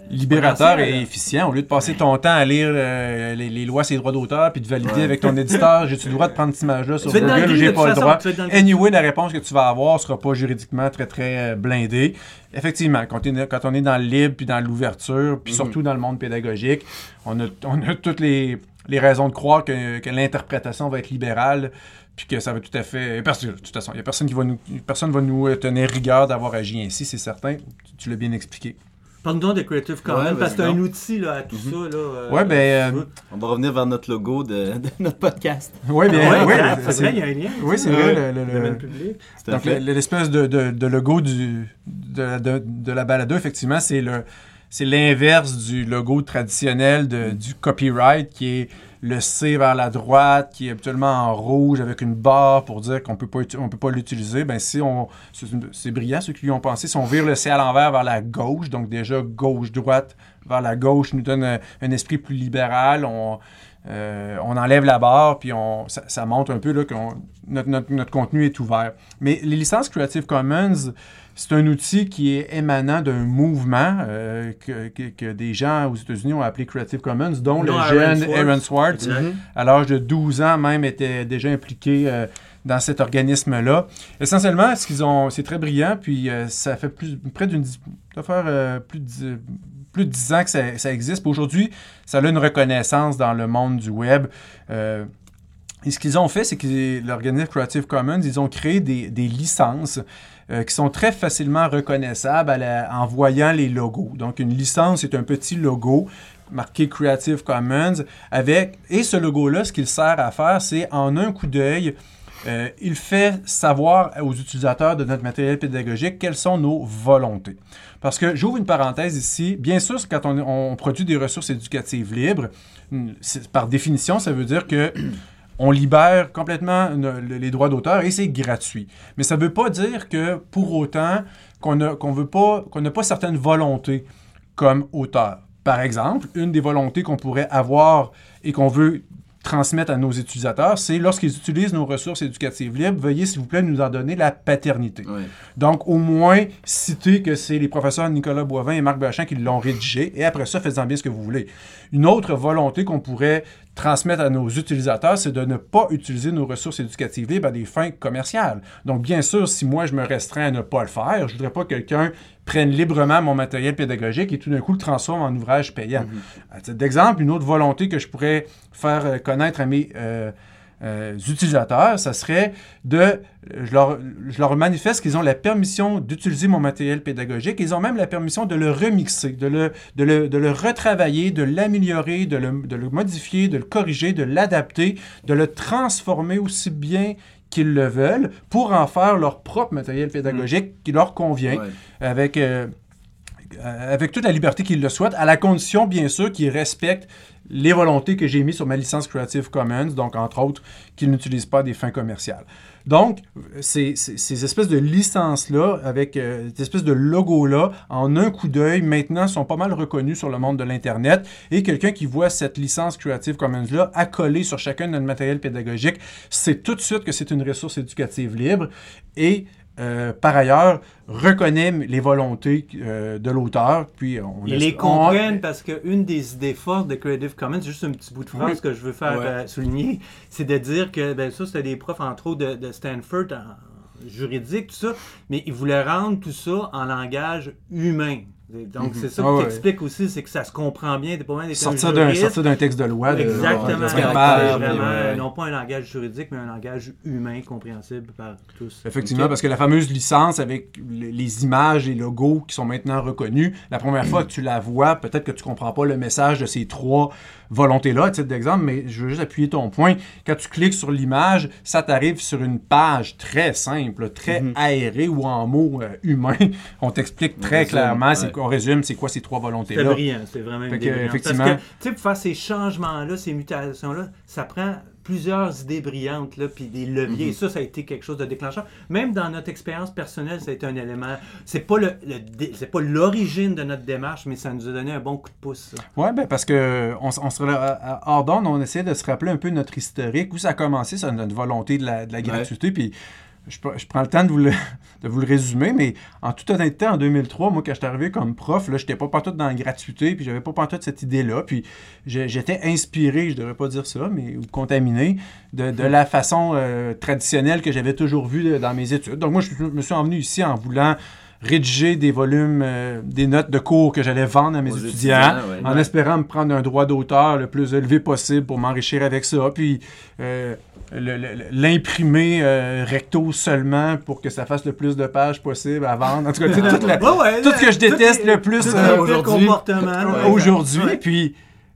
libérateur et efficient. Au lieu de passer ton temps à lire euh, les, les lois sur les droits d'auteur puis de valider ouais. avec ton éditeur, j'ai-tu le droit de prendre cette image-là sur Google ou j'ai pas le droit. Anyway, la réponse que tu vas avoir sera pas juridiquement très très blindée. Effectivement, quand, est, quand on est dans le libre puis dans l'ouverture, puis mm-hmm. surtout dans le monde pédagogique, on a, on a toutes les, les raisons de croire que, que l'interprétation va être libérale puis que ça va tout à fait... Parce que, de toute façon, il n'y a personne qui va nous, personne va nous tenir rigueur d'avoir agi ainsi, c'est certain. Tu, tu l'as bien expliqué. Parle-nous de Creative Commons, ouais, parce que c'est un outil là, à tout mm-hmm. ça. Là, euh, ouais, ben, euh, on va revenir vers notre logo de, de notre podcast. Oui, bien. Ouais, oui, ouais, c'est vrai, il y a un lien. Oui, c'est vrai. Le, le, le domaine public. Donc, le, l'espèce de, de, de logo du, de, de, de la balado, effectivement, c'est le... C'est l'inverse du logo traditionnel de, du copyright qui est le C vers la droite, qui est habituellement en rouge avec une barre pour dire qu'on peut pas, on peut pas l'utiliser. Ben si on, c'est, c'est brillant ceux qui y ont pensé. Si on vire le C à l'envers vers la gauche, donc déjà gauche-droite vers la gauche nous donne un, un esprit plus libéral. On, euh, on enlève la barre, puis on, ça, ça montre un peu là, que notre, notre, notre contenu est ouvert. Mais les licences Creative Commons, c'est un outil qui est émanant d'un mouvement euh, que, que, que des gens aux États-Unis ont appelé Creative Commons, dont non, le jeune Aaron Swartz, mm-hmm. à l'âge de douze ans même, était déjà impliqué euh, dans cet organisme-là. Essentiellement, ce qu'ils ont, c'est très brillant, puis euh, ça fait plus, près d'une... Ça doit faire euh, plus de... plus de dix ans que ça, ça existe. Puis aujourd'hui, ça a une reconnaissance dans le monde du web. Euh, et ce qu'ils ont fait, c'est que l'organisme Creative Commons, ils ont créé des, des licences euh, qui sont très facilement reconnaissables à la, en voyant les logos. Donc, une licence, c'est un petit logo marqué Creative Commons avec... Et ce logo-là, ce qu'il sert à faire, c'est en un coup d'œil, euh, il fait savoir aux utilisateurs de notre matériel pédagogique quelles sont nos volontés. Parce que, j'ouvre une parenthèse ici, bien sûr, quand on, on produit des ressources éducatives libres, par définition, ça veut dire que on libère complètement les droits d'auteur et c'est gratuit. Mais ça ne veut pas dire que, pour autant, qu'on a, qu'on veut pas, qu'on n'a pas certaines volontés comme auteur. Par exemple, une des volontés qu'on pourrait avoir et qu'on veut transmettre à nos utilisateurs, c'est lorsqu'ils utilisent nos ressources éducatives libres, veuillez s'il vous plaît nous en donner la paternité. Oui. Donc, au moins, citer que c'est les professeurs Nicolas Boivin et Marc Beauchamp qui l'ont rédigé, et après ça, faites-en bien ce que vous voulez. Une autre volonté qu'on pourrait transmettre à nos utilisateurs, c'est de ne pas utiliser nos ressources éducatives libres à des fins commerciales. Donc, bien sûr, si moi, je me restreins à ne pas le faire, je ne voudrais pas que quelqu'un prenne librement mon matériel pédagogique et tout d'un coup le transforme en ouvrage payant. Mm-hmm. À titre d'exemple, une autre volonté que je pourrais faire connaître à mes euh, euh, utilisateurs, ça serait de... Je leur, je leur manifeste qu'ils ont la permission d'utiliser mon matériel pédagogique. Ils ont même la permission de le remixer, de le, de le, de le retravailler, de l'améliorer, de le, de le modifier, de le corriger, de l'adapter, de le transformer aussi bien qu'ils le veulent pour en faire leur propre matériel pédagogique mmh. qui leur convient, ouais. avec, euh, avec toute la liberté qu'ils le souhaitent, à la condition, bien sûr, qu'ils respectent les volontés que j'ai mises sur ma licence Creative Commons, donc, entre autres, qu'ils n'utilisent pas à des fins commerciales. Donc, ces, ces, ces espèces de licences-là, avec euh, ces espèces de logos-là, en un coup d'œil, maintenant, sont pas mal reconnus sur le monde de l'Internet. Et quelqu'un qui voit cette licence Creative Commons-là accolée sur chacun de notre matériel pédagogique, sait tout de suite que c'est une ressource éducative libre et... Euh, par ailleurs, reconnaît les volontés euh, de l'auteur. Puis on Ils laisse... les comprennent on... parce qu'une des idées fortes de Creative Commons, juste un petit bout de phrase oui. que je veux faire ouais. euh, souligner, c'est de dire que, ben ça, c'était des profs, entre autres, de, de Stanford, en juridique, tout ça, mais ils voulaient rendre tout ça en langage humain. Donc, mm-hmm. c'est ça oh, qui t'explique ouais. aussi, c'est que ça se comprend bien. T'es pas mal d'être sortir, d'un, sortir d'un texte de loi. De, Exactement. De, capable, vraiment, ouais. Non pas un langage juridique, mais un langage humain, compréhensible par tous. Effectivement, okay. parce que la fameuse licence avec les images et logos qui sont maintenant reconnus, la première fois que tu la vois, peut-être que tu comprends pas le message de ces trois volontés-là, à titre d'exemple, mais je veux juste appuyer ton point. Quand tu cliques sur l'image, ça t'arrive sur une page très simple, très mm-hmm. aérée ou en mots euh, humains. On t'explique très ouais, clairement, c'est, ouais. on résume, c'est quoi ces trois volontés-là. C'est brillant, c'est vraiment une idée brillante. Effectivement... Parce que, tu sais, pour faire ces changements-là, ces mutations-là, ça prend plusieurs idées brillantes, là, puis des leviers. Mm-hmm. Ça, ça a été quelque chose de déclencheur. Même dans notre expérience personnelle, ça a été un élément... C'est pas, le, le, c'est pas l'origine de notre démarche, mais ça nous a donné un bon coup de pouce. Oui, ben parce que on, on se, à hors d'onde, on essayait de se rappeler un peu notre historique, où ça a commencé, sur notre volonté de la, de la gratuité, ouais. puis je, je prends le temps de vous le, de vous le résumer, mais en toute honnêteté, en deux mille trois, moi, quand je suis arrivé comme prof, là, j'étais pas pantoute dans la gratuité, puis j'avais pas pantoute cette idée-là, puis j'étais inspiré, je devrais pas dire ça, mais ou contaminé, de, de la façon euh, traditionnelle que j'avais toujours vue dans mes études. Donc moi, je me suis emmené ici en voulant rédiger des volumes, euh, des notes de cours que j'allais vendre à mes étudiants, étudiants ouais, en ouais. espérant me prendre un droit d'auteur le plus élevé possible pour m'enrichir avec ça, puis euh, le, le, l'imprimer euh, recto seulement pour que ça fasse le plus de pages possible à vendre. En tout cas, tout, la, ouais, ouais, tout ce que je déteste tout le plus euh, aujourd'hui. Ouais, aujourd'hui, ouais. Puis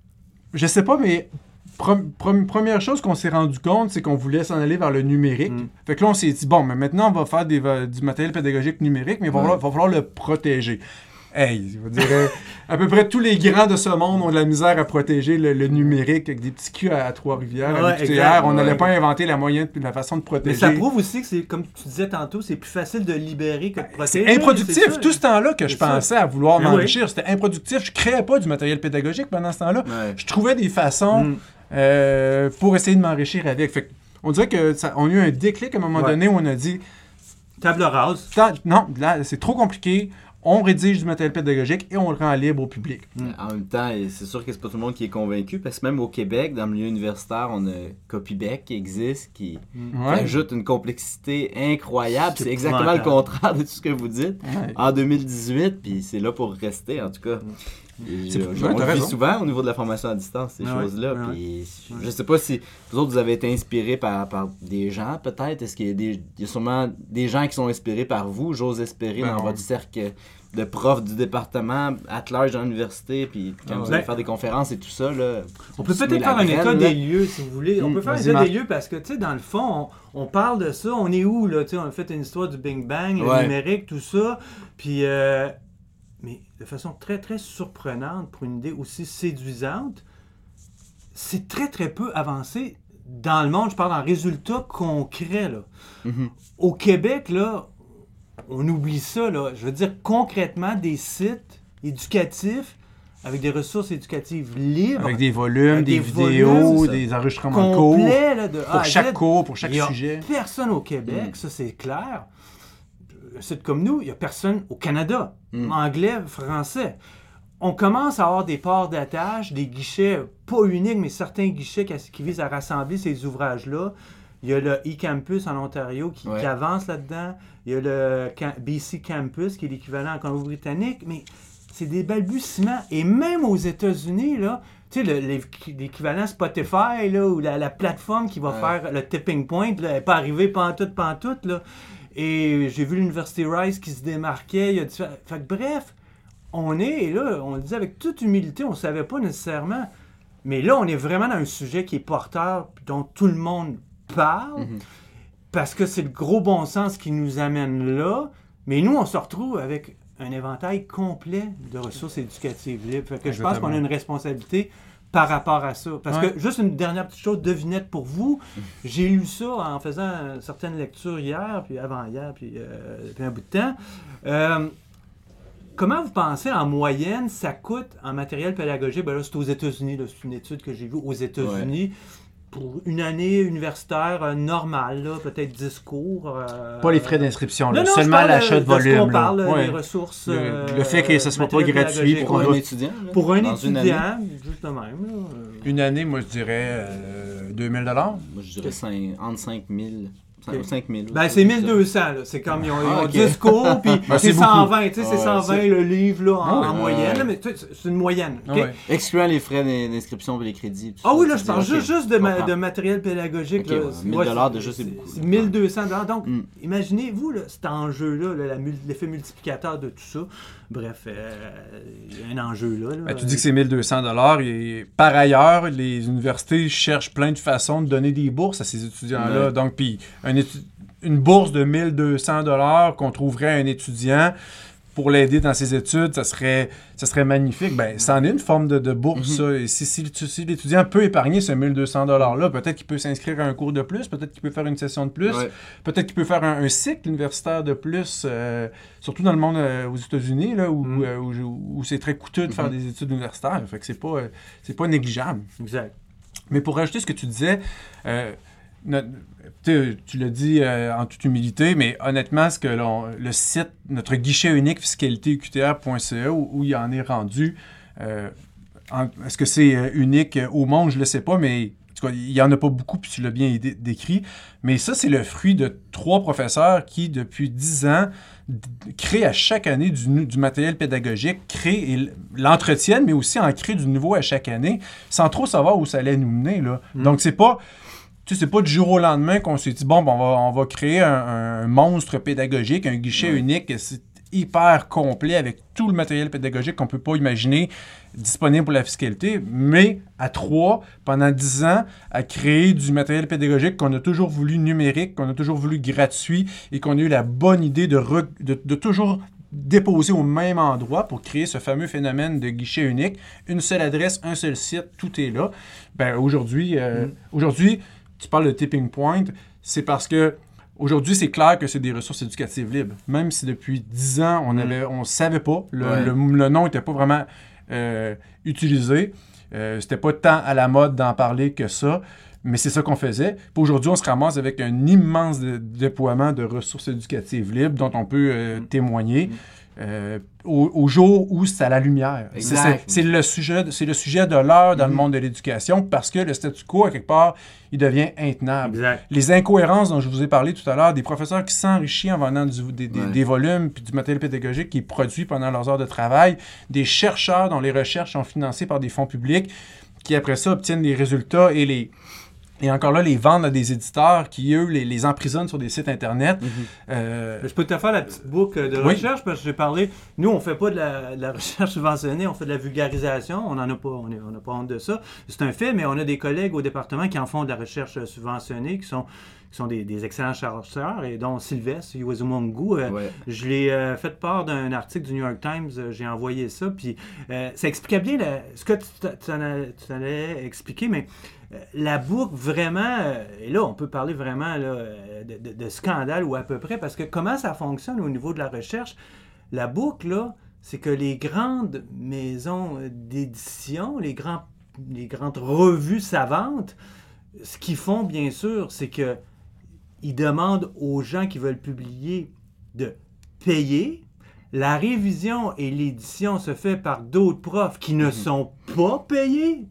je sais pas, mais Prom- prom- première chose qu'on s'est rendu compte, c'est qu'on voulait s'en aller vers le numérique. Mm. Fait que là, on s'est dit, bon, mais maintenant, on va faire des, va, du matériel pédagogique numérique, mais il va, ouais. falloir, va falloir le protéger. Hey, je vous dirais, à peu près tous les grands de ce monde ont de la misère à protéger le, le numérique avec des petits culs à, à Trois-Rivières, ouais, à l'U Q T R. On n'allait ouais. pas inventer la moyenne la façon de protéger. Mais ça prouve aussi que c'est, comme tu disais tantôt, c'est plus facile de libérer que de protéger. C'est improductif. C'est Tout ce temps-là que c'est je pensais ça. à vouloir mais m'enrichir, oui. c'était improductif. Je créais pas du matériel pédagogique pendant ce temps-là. Ouais. Je trouvais des façons mm. euh, pour essayer de m'enrichir avec. Fait on dirait qu'on a eu un déclic à un moment ouais. donné où on a dit... Table rase. Non, là, c'est trop compliqué. On rédige du matériel pédagogique et on le rend libre au public. Mmh. En même temps, c'est sûr que c'est pas tout le monde qui est convaincu, parce que même au Québec, dans le milieu universitaire, on a Copybec qui existe, qui, mmh. qui ajoute une complexité incroyable. C'est, c'est exactement le contraire de tout ce que vous dites. Ouais. En deux mille dix-huit, puis c'est là pour rester, en tout cas. Mmh. Je, je, je, on le vit souvent au niveau de la formation à distance, ces ouais, choses-là. Ouais, puis ouais. Je sais pas si vous autres, vous avez été inspirés par, par des gens, peut-être. Est-ce qu'il y a, des, il y a sûrement des gens qui sont inspirés par vous, j'ose espérer, ben, dans on... votre cercle de profs du département, at large dans l'université, puis quand ah, vous ouais. allez faire des conférences et tout ça, là... On peut peut-être faire un état des lieux, si vous voulez. Mmh, on peut faire un état des lieux parce que, tu sais, dans le fond, on, on parle de ça. On est où, là? Tu sais, on a fait une histoire du Big Bang, le ouais. numérique, tout ça. Puis... Euh, mais de façon très, très surprenante pour une idée aussi séduisante, c'est très, très peu avancé dans le monde. Je parle en résultats concrets, là. Mm-hmm. Au Québec, là, on oublie ça, là. Je veux dire, concrètement, des sites éducatifs avec des ressources éducatives libres. Avec des volumes, avec des, des vidéos, volumes, des enregistrements de cours. Là, de pour chaque cours, pour chaque sujet. Il n'y a personne au Québec, mm. ça c'est clair. Un site comme nous, il n'y a personne au Canada. Mm. Anglais, français. On commence à avoir des ports d'attache, des guichets, pas uniques, mais certains guichets qui, qui visent à rassembler ces ouvrages-là. Il y a le e-Campus en Ontario qui, ouais. qui avance là-dedans. Il y a le B C Campus qui est l'équivalent en Colombie-Britannique. Mais c'est des balbutiements. Et même aux États-Unis, là, tu sais, le, l'équivalent Spotify, là, ou la, la plateforme qui va ouais. faire le tipping point, là, elle n'est pas arrivée pantoute, pantoute, là. Et j'ai vu l'Université Rice qui se démarquait. Il y a différents... Fait que bref, on est, et là, on le dit avec toute humilité, on ne savait pas nécessairement. Mais là, on est vraiment dans un sujet qui est porteur, dont tout le monde parle, mm-hmm. parce que c'est le gros bon sens qui nous amène là. Mais nous, on se retrouve avec un éventail complet de ressources éducatives libres. Fait que Exactement. Je pense qu'on a une responsabilité par rapport à ça. Parce ouais. que, juste une dernière petite chose, devinette pour vous, j'ai lu ça en faisant certaines lectures hier, puis avant-hier, puis euh, depuis un bout de temps. Euh, comment vous pensez, en moyenne, ça coûte en matériel pédagogique? Ben là, c'est aux États-Unis, là, c'est une étude que j'ai vue aux États-Unis. Ouais. Pour une année universitaire euh, normale, là, peut-être dix cours. Euh, pas les frais d'inscription, là, non, non, seulement l'achat de, de volume. On parle ouais. des ressources. Le, euh, le fait que ce ne soit pas gratuit pour, pour un étudiant. Là, pour un étudiant, juste de même. Là. Une année, moi, je dirais euh, deux mille dollars. Moi, je dirais cinq, entre cinq mille. Okay. cinq mille. Ben, c'est mille deux cents, là. C'est comme, ils ont, ah, ils ont okay. dix cours, puis ben, c'est, c'est cent vingt, tu sais, c'est cent vingt le livre, là, en, ah, ouais. en moyenne, là, mais c'est une moyenne. Okay? Ouais. Excluant les frais d'inscription et les crédits. Ah oui, là, je parle juste, okay. juste de, ma, de matériel pédagogique. Okay, là. Ouais, mille dollars déjà, c'est beaucoup. C'est mille deux cents dollars. Donc, mm. imaginez-vous, là, cet enjeu-là, là, la, l'effet multiplicateur de tout ça. Bref, il euh, y a un enjeu là. là. Ben, tu dis que c'est mille deux cents dollars. Et par ailleurs, les universités cherchent plein de façons de donner des bourses à ces étudiants-là. Ouais. Donc, puis, un étu- une bourse de mille deux cents dollars qu'on trouverait à un étudiant pour l'aider dans ses études, ça serait, ça serait magnifique. Ben, c'en est une forme de, de bourse, mm-hmm. ça. Et si, si, si l'étudiant peut épargner ce mille deux cents dollars-là, peut-être qu'il peut s'inscrire à un cours de plus, peut-être qu'il peut faire une session de plus, ouais. peut-être qu'il peut faire un, un cycle universitaire de plus, euh, surtout dans le monde euh, aux États-Unis, là, où, mm. euh, où, où c'est très coûteux de mm-hmm. faire des études universitaires. Fait que c'est pas, euh, c'est pas négligeable. Exact. Mais pour rajouter ce que tu disais... Euh, notre, tu l'as dit euh, en toute humilité, mais honnêtement, ce que l'on, le site, notre guichet unique fiscalité q t r point c a, où, où il en est rendu, euh, en, est-ce que c'est euh, unique au monde? Je ne le sais pas, mais en tout cas, il n'y en a pas beaucoup, puis tu l'as bien dé- décrit. Mais ça, c'est le fruit de trois professeurs qui, depuis dix ans, d- créent à chaque année du, du matériel pédagogique, créent et l'entretiennent, mais aussi en créent du nouveau à chaque année, sans trop savoir où ça allait nous mener, là. Mm. Donc, c'est pas... Tu sais, c'est pas du jour au lendemain qu'on s'est dit, bon, ben, on, va, on va créer un, un monstre pédagogique, un guichet ouais. unique, c'est hyper complet avec tout le matériel pédagogique qu'on peut pas imaginer disponible pour la fiscalité, mais à trois, pendant dix ans, à créer du matériel pédagogique qu'on a toujours voulu numérique, qu'on a toujours voulu gratuit et qu'on a eu la bonne idée de, re, de, de toujours déposer au même endroit pour créer ce fameux phénomène de guichet unique. Une seule adresse, un seul site, tout est là. Ben, aujourd'hui, euh, mm. aujourd'hui, tu parles de tipping point, c'est parce que aujourd'hui, c'est clair que c'est des ressources éducatives libres. Même si depuis dix ans, on ne on savait pas, le, ouais. le, le nom n'était pas vraiment euh, utilisé. Euh, c'était pas tant à la mode d'en parler que ça, mais c'est ça qu'on faisait. Puis aujourd'hui, on se ramasse avec un immense dé- déploiement de ressources éducatives libres dont on peut euh, témoigner. Mm. Euh, au, au jour où c'est à la lumière. C'est, c'est, c'est, le sujet, c'est le sujet de l'heure dans mm-hmm. le monde de l'éducation parce que le statu quo, à quelque part, il devient intenable. Exact. Les incohérences dont je vous ai parlé tout à l'heure, des professeurs qui s'enrichissent en vendant du, des, des, ouais. des volumes puis du matériel pédagogique qui est produit pendant leurs heures de travail, des chercheurs dont les recherches sont financées par des fonds publics qui, après ça, obtiennent des résultats et les... Et encore là, les vendent à des éditeurs qui, eux, les, les emprisonnent sur des sites Internet. Mm-hmm. Euh... Je peux te faire la petite boucle de oui. recherche parce que j'ai parlé... Nous, on ne fait pas de la, de la recherche subventionnée, on fait de la vulgarisation. On n'en a pas, on n'a pas honte de ça. C'est un fait, mais on a des collègues au département qui en font de la recherche subventionnée, qui sont... qui sont des, des excellents chercheurs, et dont Sylvestre Uwazumungu. Euh, ouais. Je l'ai euh, fait part d'un article du New York Times, euh, j'ai envoyé ça, puis euh, ça expliquait bien la, ce que tu, tu, en as, tu en allais expliquer, mais euh, la boucle, vraiment, euh, et là, on peut parler vraiment là, de, de, de scandale ou à peu près, parce que comment ça fonctionne au niveau de la recherche, la boucle, là, c'est que les grandes maisons d'édition, les, grands, les grandes revues savantes, ce qu'ils font, bien sûr, c'est que ils demandent aux gens qui veulent publier de payer. La révision et l'édition se fait par d'autres profs qui ne sont pas payés.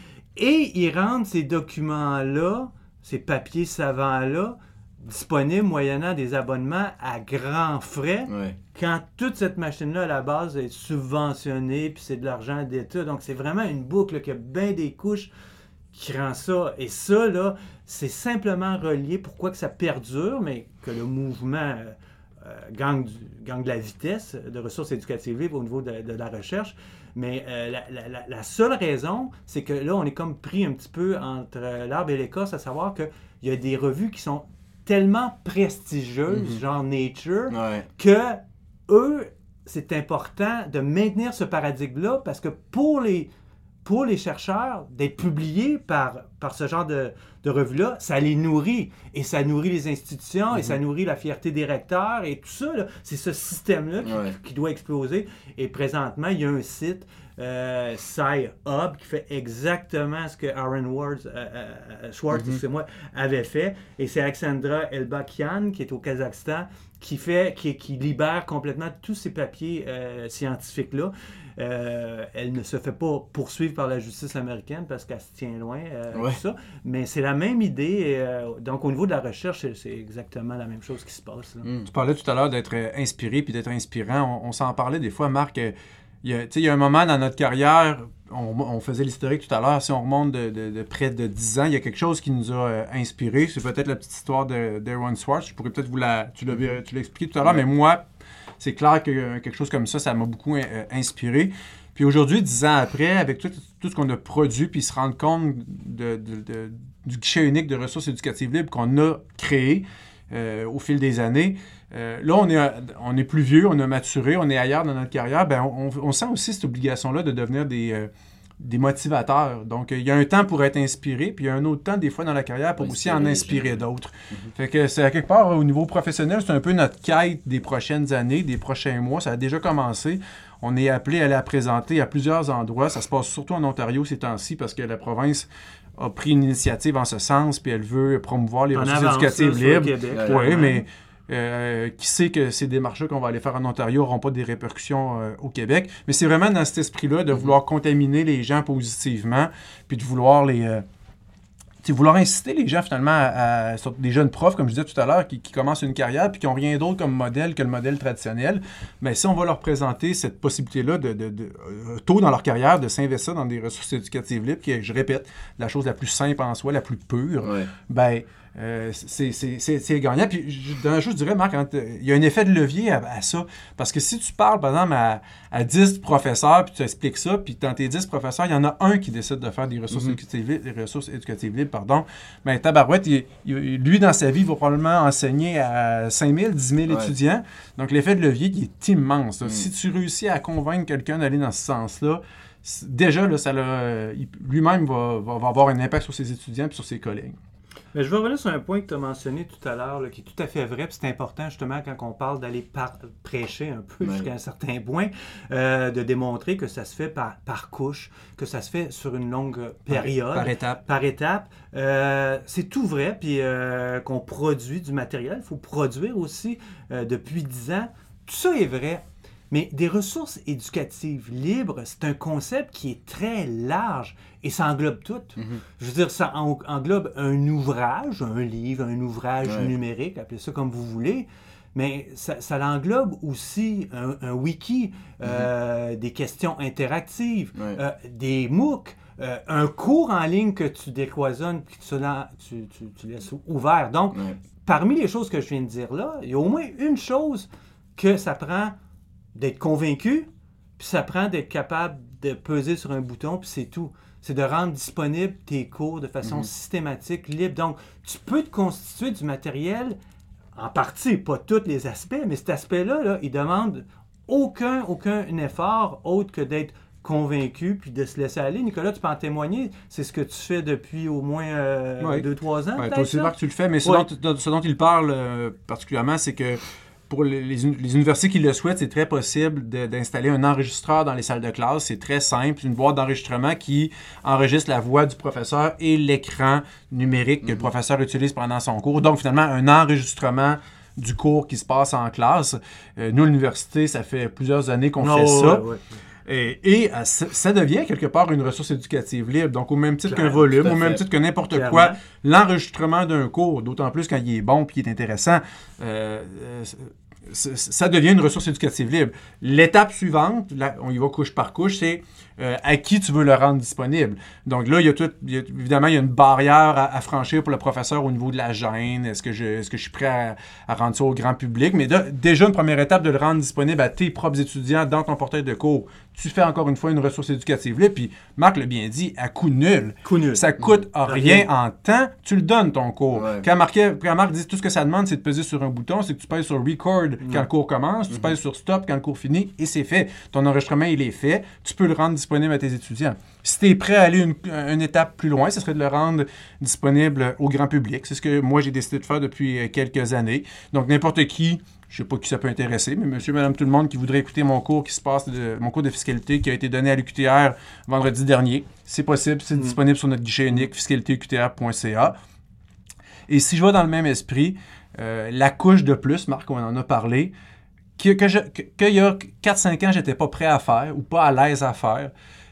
Et ils rendent ces documents-là, ces papiers savants-là, disponibles moyennant des abonnements à grands frais. Ouais. Quand toute cette machine-là, à la base, est subventionnée, puis c'est de l'argent d'État. Donc, c'est vraiment une boucle qui a bien des couches qui rend ça. Et ça, là, c'est simplement relié, pourquoi que ça perdure, mais que le mouvement euh, euh, gagne, du, gagne de la vitesse de ressources éducatives libres au niveau de, de la recherche. Mais euh, la, la, la seule raison, c'est que là, on est comme pris un petit peu entre l'arbre et l'écorce, à savoir qu'il y a des revues qui sont tellement prestigieuses, mm-hmm. genre Nature, ouais. que eux, c'est important de maintenir ce paradigme-là, parce que pour les... pour les chercheurs, d'être publiés par, par ce genre de, de revue-là, ça les nourrit. Et ça nourrit les institutions, mm-hmm. et ça nourrit la fierté des recteurs, et tout ça, là, c'est ce système-là qui, ouais. qui doit exploser. Et présentement, il y a un site, euh, Sci-Hub, qui fait exactement ce que Aaron Ward, euh, euh, Schwartz, mm-hmm. excusez-moi, avait fait. Et c'est Alexandra Elbakian, qui est au Kazakhstan, qui, fait, qui, qui libère complètement tous ces papiers euh, scientifiques-là. Euh, elle ne se fait pas poursuivre par la justice américaine parce qu'elle se tient loin, euh, ouais. tout ça. Mais c'est la même idée. Et, euh, donc, au niveau de la recherche, c'est, c'est exactement la même chose qui se passe. Là. Mm. Tu parlais tout à l'heure d'être inspiré puis d'être inspirant. On, on s'en parlait des fois, Marc. Euh, il y a, il y a un moment dans notre carrière, on, on faisait l'historique tout à l'heure, si on remonte de, de, de près de dix ans, il y a quelque chose qui nous a euh, inspiré. C'est peut-être la petite histoire de, d'Aaron Swartz. Je pourrais peut-être vous la... Tu l'as, tu l'as expliqué tout à l'heure, ouais. mais moi... C'est clair que euh, quelque chose comme ça, ça m'a beaucoup euh, inspiré. Puis aujourd'hui, dix ans après, avec tout, tout ce qu'on a produit, puis se rendre compte de, de, de, du guichet unique de ressources éducatives libres qu'on a créé euh, au fil des années, euh, là, on est, on est plus vieux, on a maturé, on est ailleurs dans notre carrière. Ben, on, on sent aussi cette obligation-là de devenir des... Euh, des motivateurs. Donc, il y a un temps pour être inspiré, puis il y a un autre temps, des fois, dans la carrière, pour aussi en inspirer d'autres. Mm-hmm. Fait que c'est à quelque part, au niveau professionnel, c'est un peu notre quête des prochaines années, des prochains mois. Ça a déjà commencé. On est appelé à la présenter à plusieurs endroits. Ça se passe surtout en Ontario ces temps-ci parce que la province a pris une initiative en ce sens, puis elle veut promouvoir les en ressources avance, éducatives là, libres. Québec, oui, mais euh, qui sait que ces démarches-là qu'on va aller faire en Ontario n'auront pas des répercussions euh, au Québec. Mais c'est vraiment dans cet esprit-là de vouloir contaminer les gens positivement, puis de vouloir les... Euh, vouloir inciter les gens finalement à, à, des jeunes profs, comme je disais tout à l'heure, qui, qui commencent une carrière puis qui n'ont rien d'autre comme modèle que le modèle traditionnel, bien, si on va leur présenter cette possibilité-là de, de, de, de tôt dans leur carrière de s'investir dans des ressources éducatives libres, qui est, je répète, la chose la plus simple en soi, la plus pure, ouais. bien, euh, c'est, c'est, c'est, c'est gagnant. Puis, je, dans, je dirais, Marc, hein, il y a un effet de levier à, à ça, parce que si tu parles, par exemple, à, à dix professeurs, puis tu expliques ça, puis dans tes dix professeurs, il y en a un qui décide de faire des ressources, mm-hmm. éducatives, libres, des ressources éducatives libres, pardon, bien, tabarouette, il, il, lui, dans sa vie, il va probablement enseigner à cinq mille, dix mille ouais. étudiants. Donc, l'effet de levier qui est immense. Mm. Si tu réussis à convaincre quelqu'un d'aller dans ce sens-là, déjà, là, ça l'a, lui-même va, va, va avoir un impact sur ses étudiants et sur ses collègues. Mais je vais revenir sur un point que tu as mentionné tout à l'heure, là, qui est tout à fait vrai, puis c'est important justement quand on parle d'aller par- prêcher un peu ouais. jusqu'à un certain point, euh, de démontrer que ça se fait par, par couche, que ça se fait sur une longue période. Par étape. Par étape. Euh, c'est tout vrai, puis euh, qu'on produit du matériel, il faut produire aussi euh, depuis dix ans. Tout ça est vrai. Mais des ressources éducatives libres, c'est un concept qui est très large et ça englobe tout. Mm-hmm. Je veux dire, ça en- englobe un ouvrage, un livre, un ouvrage ouais. numérique, appelez ça comme vous voulez, mais ça, ça l'englobe aussi un, un wiki, mm-hmm. euh, des questions interactives, ouais. euh, des MOOC, euh, un cours en ligne que tu décloisonnes et que tu, tu, tu, tu laisses ouvert. Donc, ouais. parmi les choses que je viens de dire là, il y a au moins une chose que ça prend d'être convaincu, puis ça prend d'être capable de peser sur un bouton, puis c'est tout. C'est de rendre disponible tes cours de façon mm-hmm. systématique, libre. Donc, tu peux te constituer du matériel, en partie, pas tous les aspects, mais cet aspect-là, là, il demande aucun, aucun effort autre que d'être convaincu, puis de se laisser aller. Nicolas, tu peux en témoigner. C'est ce que tu fais depuis au moins euh, oui. deux trois ans, ouais, peut-être, toi aussi, Marc, tu le fais, mais ce, oui. dont, ce dont il parle euh, particulièrement, c'est que pour les, les, les universités qui le souhaitent, c'est très possible de, d'installer un enregistreur dans les salles de classe. C'est très simple. Une boîte d'enregistrement qui enregistre la voix du professeur et l'écran numérique que mm-hmm. le professeur utilise pendant son cours. Donc, finalement, un enregistrement du cours qui se passe en classe. Euh, nous, à l'université, ça fait plusieurs années qu'on oh, fait ça. Ouais, ouais. Et, et ça devient quelque part une ressource éducative libre. Donc, au même titre Claire, qu'un volume, au même titre que n'importe Clairement. quoi, l'enregistrement d'un cours, d'autant plus quand il est bon et qu'il est intéressant, euh, ça devient une ressource éducative libre. L'étape suivante, là, on y va couche par couche, c'est euh, à qui tu veux le rendre disponible. Donc là, il y a tout, il y a, évidemment, il y a une barrière à, à franchir pour le professeur au niveau de la gêne. Est-ce que je, est-ce que je suis prêt à, à rendre ça au grand public? Mais de, déjà, une première étape de le rendre disponible à tes propres étudiants dans ton portail de cours. Tu fais encore une fois une ressource éducative libre. Puis Marc l'a bien dit, à coût nul. Coût nul. Ça coûte mmh. rien, rien en temps. Tu le donnes, ton cours. Ouais. Quand, Marc, quand Marc dit tout ce que ça demande, c'est de peser sur un bouton, c'est que tu pèses sur record mmh. quand le cours commence, tu mmh. pèses sur stop quand le cours finit, et c'est fait. Ton enregistrement, il est fait. Tu peux le rendre disponible à tes étudiants. Si tu es prêt à aller une, une étape plus loin, ce serait de le rendre disponible au grand public. C'est ce que moi, j'ai décidé de faire depuis quelques années. Donc, n'importe qui, je ne sais pas qui ça peut intéresser, mais monsieur, madame, tout le monde qui voudrait écouter mon cours qui se passe, de, mon cours de fiscalité qui a été donné à l'U Q T R vendredi dernier, c'est possible, c'est mmh. disponible sur notre guichet unique fiscalité u q t r point c a. Et si je vais dans le même esprit, euh, la couche de plus, Marc, on en a parlé, que, que je, que, qu'il y a quatre cinq ans, je n'étais pas prêt à faire ou pas à l'aise à faire.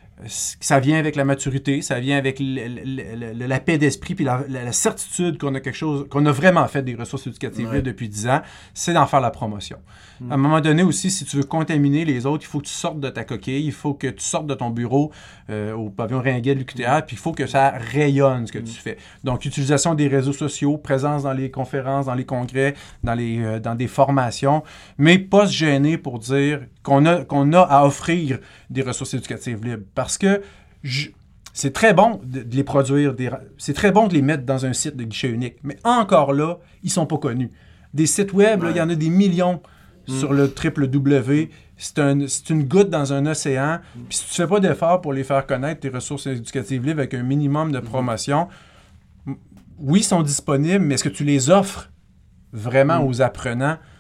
Ça vient avec la maturité, ça vient avec le, le, le, la paix d'esprit puis la, la, la certitude qu'on a quelque chose, qu'on a vraiment fait des ressources éducatives ouais. depuis dix ans, c'est d'en faire la promotion. Mmh. À un moment donné aussi, si tu veux contaminer les autres, il faut que tu sortes de ta coquille, il faut que tu sortes de ton bureau euh, au pavillon Ringuet de l'U Q T R, puis il faut que ça rayonne ce que mmh. tu fais. Donc, utilisation des réseaux sociaux, présence dans les conférences, dans les congrès, dans, les, euh, dans des formations, mais pas se gêner pour dire qu'on a, qu'on a à offrir des ressources éducatives libres. Parce que je, c'est très bon de, de les produire, des, c'est très bon de les mettre dans un site de guichet unique, mais encore là, ils ne sont pas connus. Des sites web, il y en a des millions mm. sur le w w w. C'est, un, c'est une goutte dans un océan. Mm. Puis si tu ne fais pas d'effort pour les faire connaître, tes ressources éducatives libres, avec un minimum de promotion, mm. oui, ils sont disponibles, mais est-ce que tu les offres vraiment mm. aux apprenants?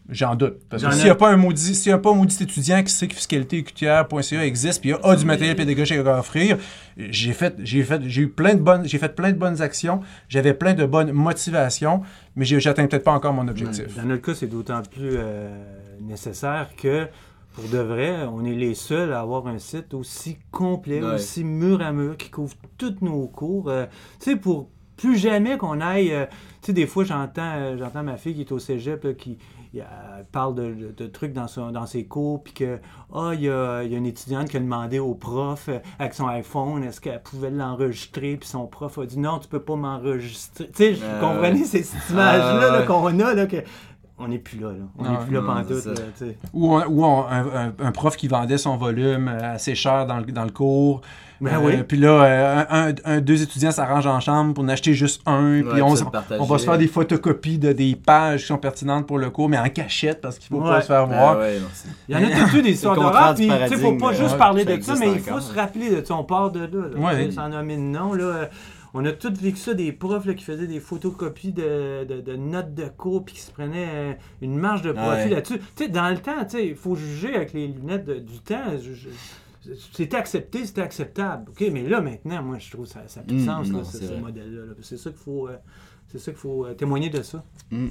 J'en doute. Parce que s'il n'y a pas un maudit, s'il y a pas un maudit étudiant qui sait que fiscalité U Q T R point C A existe, puis il y a, a du matériel pédagogique à offrir, j'ai fait, j'ai fait, j'ai eu plein de bonnes, j'ai fait plein de bonnes actions, j'avais plein de bonnes motivations, mais j'atteins peut-être pas encore mon objectif. Dans notre cas, c'est d'autant plus euh, nécessaire que, pour de vrai, on est les seuls à avoir un site aussi complet, ouais. aussi mur à mur, qui couvre tous nos cours. Euh, tu sais, pour plus jamais qu'on aille... Euh, tu sais, des fois, j'entends, euh, j'entends ma fille qui est au cégep, là, qui... Elle parle de, de, de trucs dans, son, dans ses cours, puis que, ah, oh, il y a, y a une étudiante qui a demandé au prof, euh, avec son iPhone, est-ce qu'elle pouvait l'enregistrer, puis son prof a dit, non, tu peux pas m'enregistrer. Tu sais, vous euh, comprenez ouais. ces images-là euh, là, ouais. qu'on a, là, que... On n'est plus là, là. On n'est plus là pantoute. Là, ou on, ou on, un, un, un prof qui vendait son volume assez cher dans le, dans le cours. Ben euh, oui. Puis là, un, un, un, deux étudiants s'arrangent en chambre pour en acheter juste un. Puis ouais, on, on va se faire des photocopies de des pages qui sont pertinentes pour le cours, mais en cachette parce qu'il ne faut ouais. pas se faire voir. Ah ouais, non, il y en a tout des histoires d'horreur. Il ne faut pas juste ouais, parler de ça, mais il faut encore. se rappeler de ça. On part de là. là ouais. Sans nommer de nom. Là. On a tous vécu ça, des profs là, qui faisaient des photocopies de, de, de notes de cours puis qui se prenaient une marge de profit ouais. là-dessus. Tu sais, dans le temps, il faut juger avec les lunettes de, du temps. Je, je, c'était accepté, c'était acceptable. OK, mais là, maintenant, moi, je trouve ça ça a plus de sens, mmh, là, non, ce, ce modèle-là. Là. C'est ça qu'il faut, euh, c'est ça qu'il faut euh, témoigner de ça. Mmh.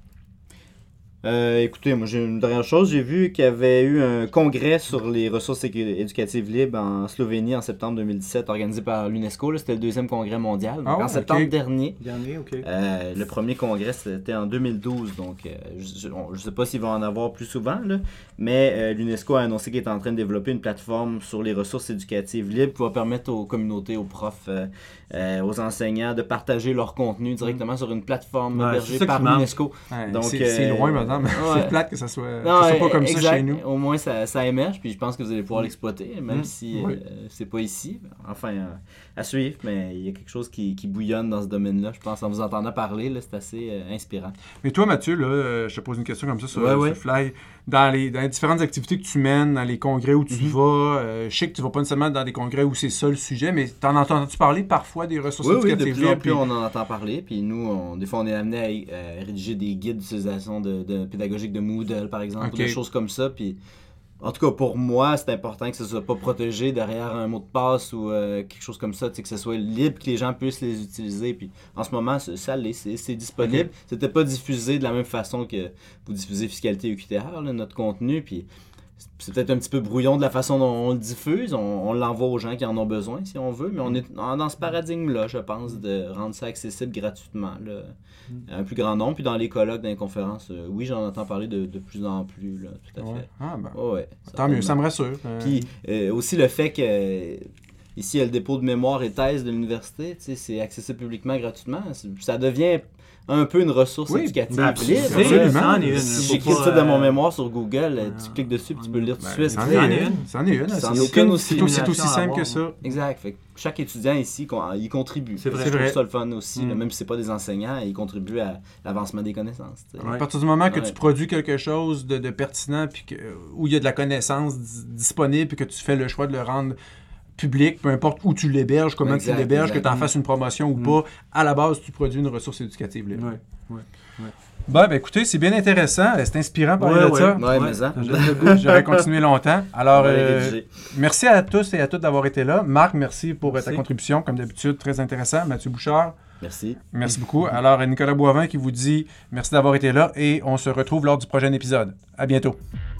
Euh, écoutez, moi j'ai une dernière chose, j'ai vu qu'il y avait eu un congrès sur les ressources éducatives libres en Slovénie en septembre deux mille dix-sept, organisé par l'UNESCO. Là, c'était le deuxième congrès mondial, donc oh, en septembre okay. dernier. Dernier, ok. Euh, le premier congrès c'était en deux mille douze, donc euh, je ne sais pas s'il va en avoir plus souvent, là, mais euh, l'UNESCO a annoncé qu'il est en train de développer une plateforme sur les ressources éducatives libres qui va permettre aux communautés, aux profs, euh, euh, aux enseignants de partager leur contenu directement mmh. sur une plateforme ouais, hébergée par l'UNESCO. Ouais, donc c'est, euh, c'est loin maintenant. Ouais. C'est plate que ça soit, non, que ça soit pas comme exact. Ça chez nous. Au moins, ça, ça émerge, puis je pense que vous allez pouvoir mmh. l'exploiter, même mmh. si oui. euh, c'est pas ici. Enfin, euh, à suivre, mais il y a quelque chose qui, qui bouillonne dans ce domaine-là. Je pense, en vous entendant parler, là, c'est assez euh, inspirant. Mais toi, Mathieu, là, euh, je te pose une question comme ça sur, ouais, sur ouais. le fly. Dans les, dans les différentes activités que tu mènes, dans les congrès où tu mmh. vas, euh, je sais que tu vas pas nécessairement dans des congrès où c'est ça le sujet, mais t'en entends-tu parler parfois des ressources oui, éducatives? Oui, de plus en plus, puis... on en entend parler. Puis nous, on, des fois, on est amené à euh, rédiger des guides d'utilisation de, de pédagogique de Moodle, par exemple, okay. ou des choses comme ça. Puis, en tout cas, pour moi, c'est important que ce soit pas protégé derrière un mot de passe ou euh, quelque chose comme ça, que ce soit libre, que les gens puissent les utiliser. Puis, en ce moment, ça l'est, c'est, c'est disponible. Okay. C'était pas diffusé de la même façon que vous diffusez Fiscalité U Q T R, là, notre contenu. Puis, c'est peut-être un petit peu brouillon de la façon dont on le diffuse. On, on l'envoie aux gens qui en ont besoin, si on veut. Mais on est dans ce paradigme-là, je pense, de rendre ça accessible gratuitement là, à un plus grand nombre. Puis dans les colloques, dans les conférences, euh, oui, j'en entends parler de, de plus en plus, là, tout à ouais. fait. Ah, ben, oh, ouais, tant mieux, ça me rassure. Euh... Puis euh, aussi le fait que... Euh, ici, il y a le dépôt de mémoire et thèse de l'université. C'est accessible publiquement, gratuitement. Ça devient un peu une ressource oui, éducative ben, libre. Absolument. Si j'écris ça dans mon mémoire sur Google, euh, tu cliques dessus et tu peux le lire tout de ben, suite. C'en est une. C'en est une. C'en est une aussi. C'est aussi simple que ça. Exact. Fait que chaque étudiant ici, il contribue. C'est vrai. Je trouve ça le fun aussi. Mm. Là, même si ce n'est pas des enseignants, ils contribuent à l'avancement des connaissances. Ouais. À partir du moment que ouais. tu produis quelque chose de, de pertinent, puis que, où il y a de la connaissance d- disponible, puis que tu fais le choix de le rendre public, peu importe où tu l'héberges, comment exact, tu l'héberges, exact. Que tu en fasses une promotion ou mm. pas, à la base, tu produis une ressource éducative libre. Ouais, ouais, ouais. Bon, ben écoutez, c'est bien intéressant, c'est inspirant de parler ouais, de ouais. ça. Ouais, mais ça. J'aurais continué longtemps. Alors, euh, merci à tous et à toutes d'avoir été là. Marc, merci pour merci. ta contribution, comme d'habitude, très intéressant. Mathieu Bouchard. Merci. Merci beaucoup. Alors, Nicolas Boivin qui vous dit merci d'avoir été là et on se retrouve lors du prochain épisode. À bientôt.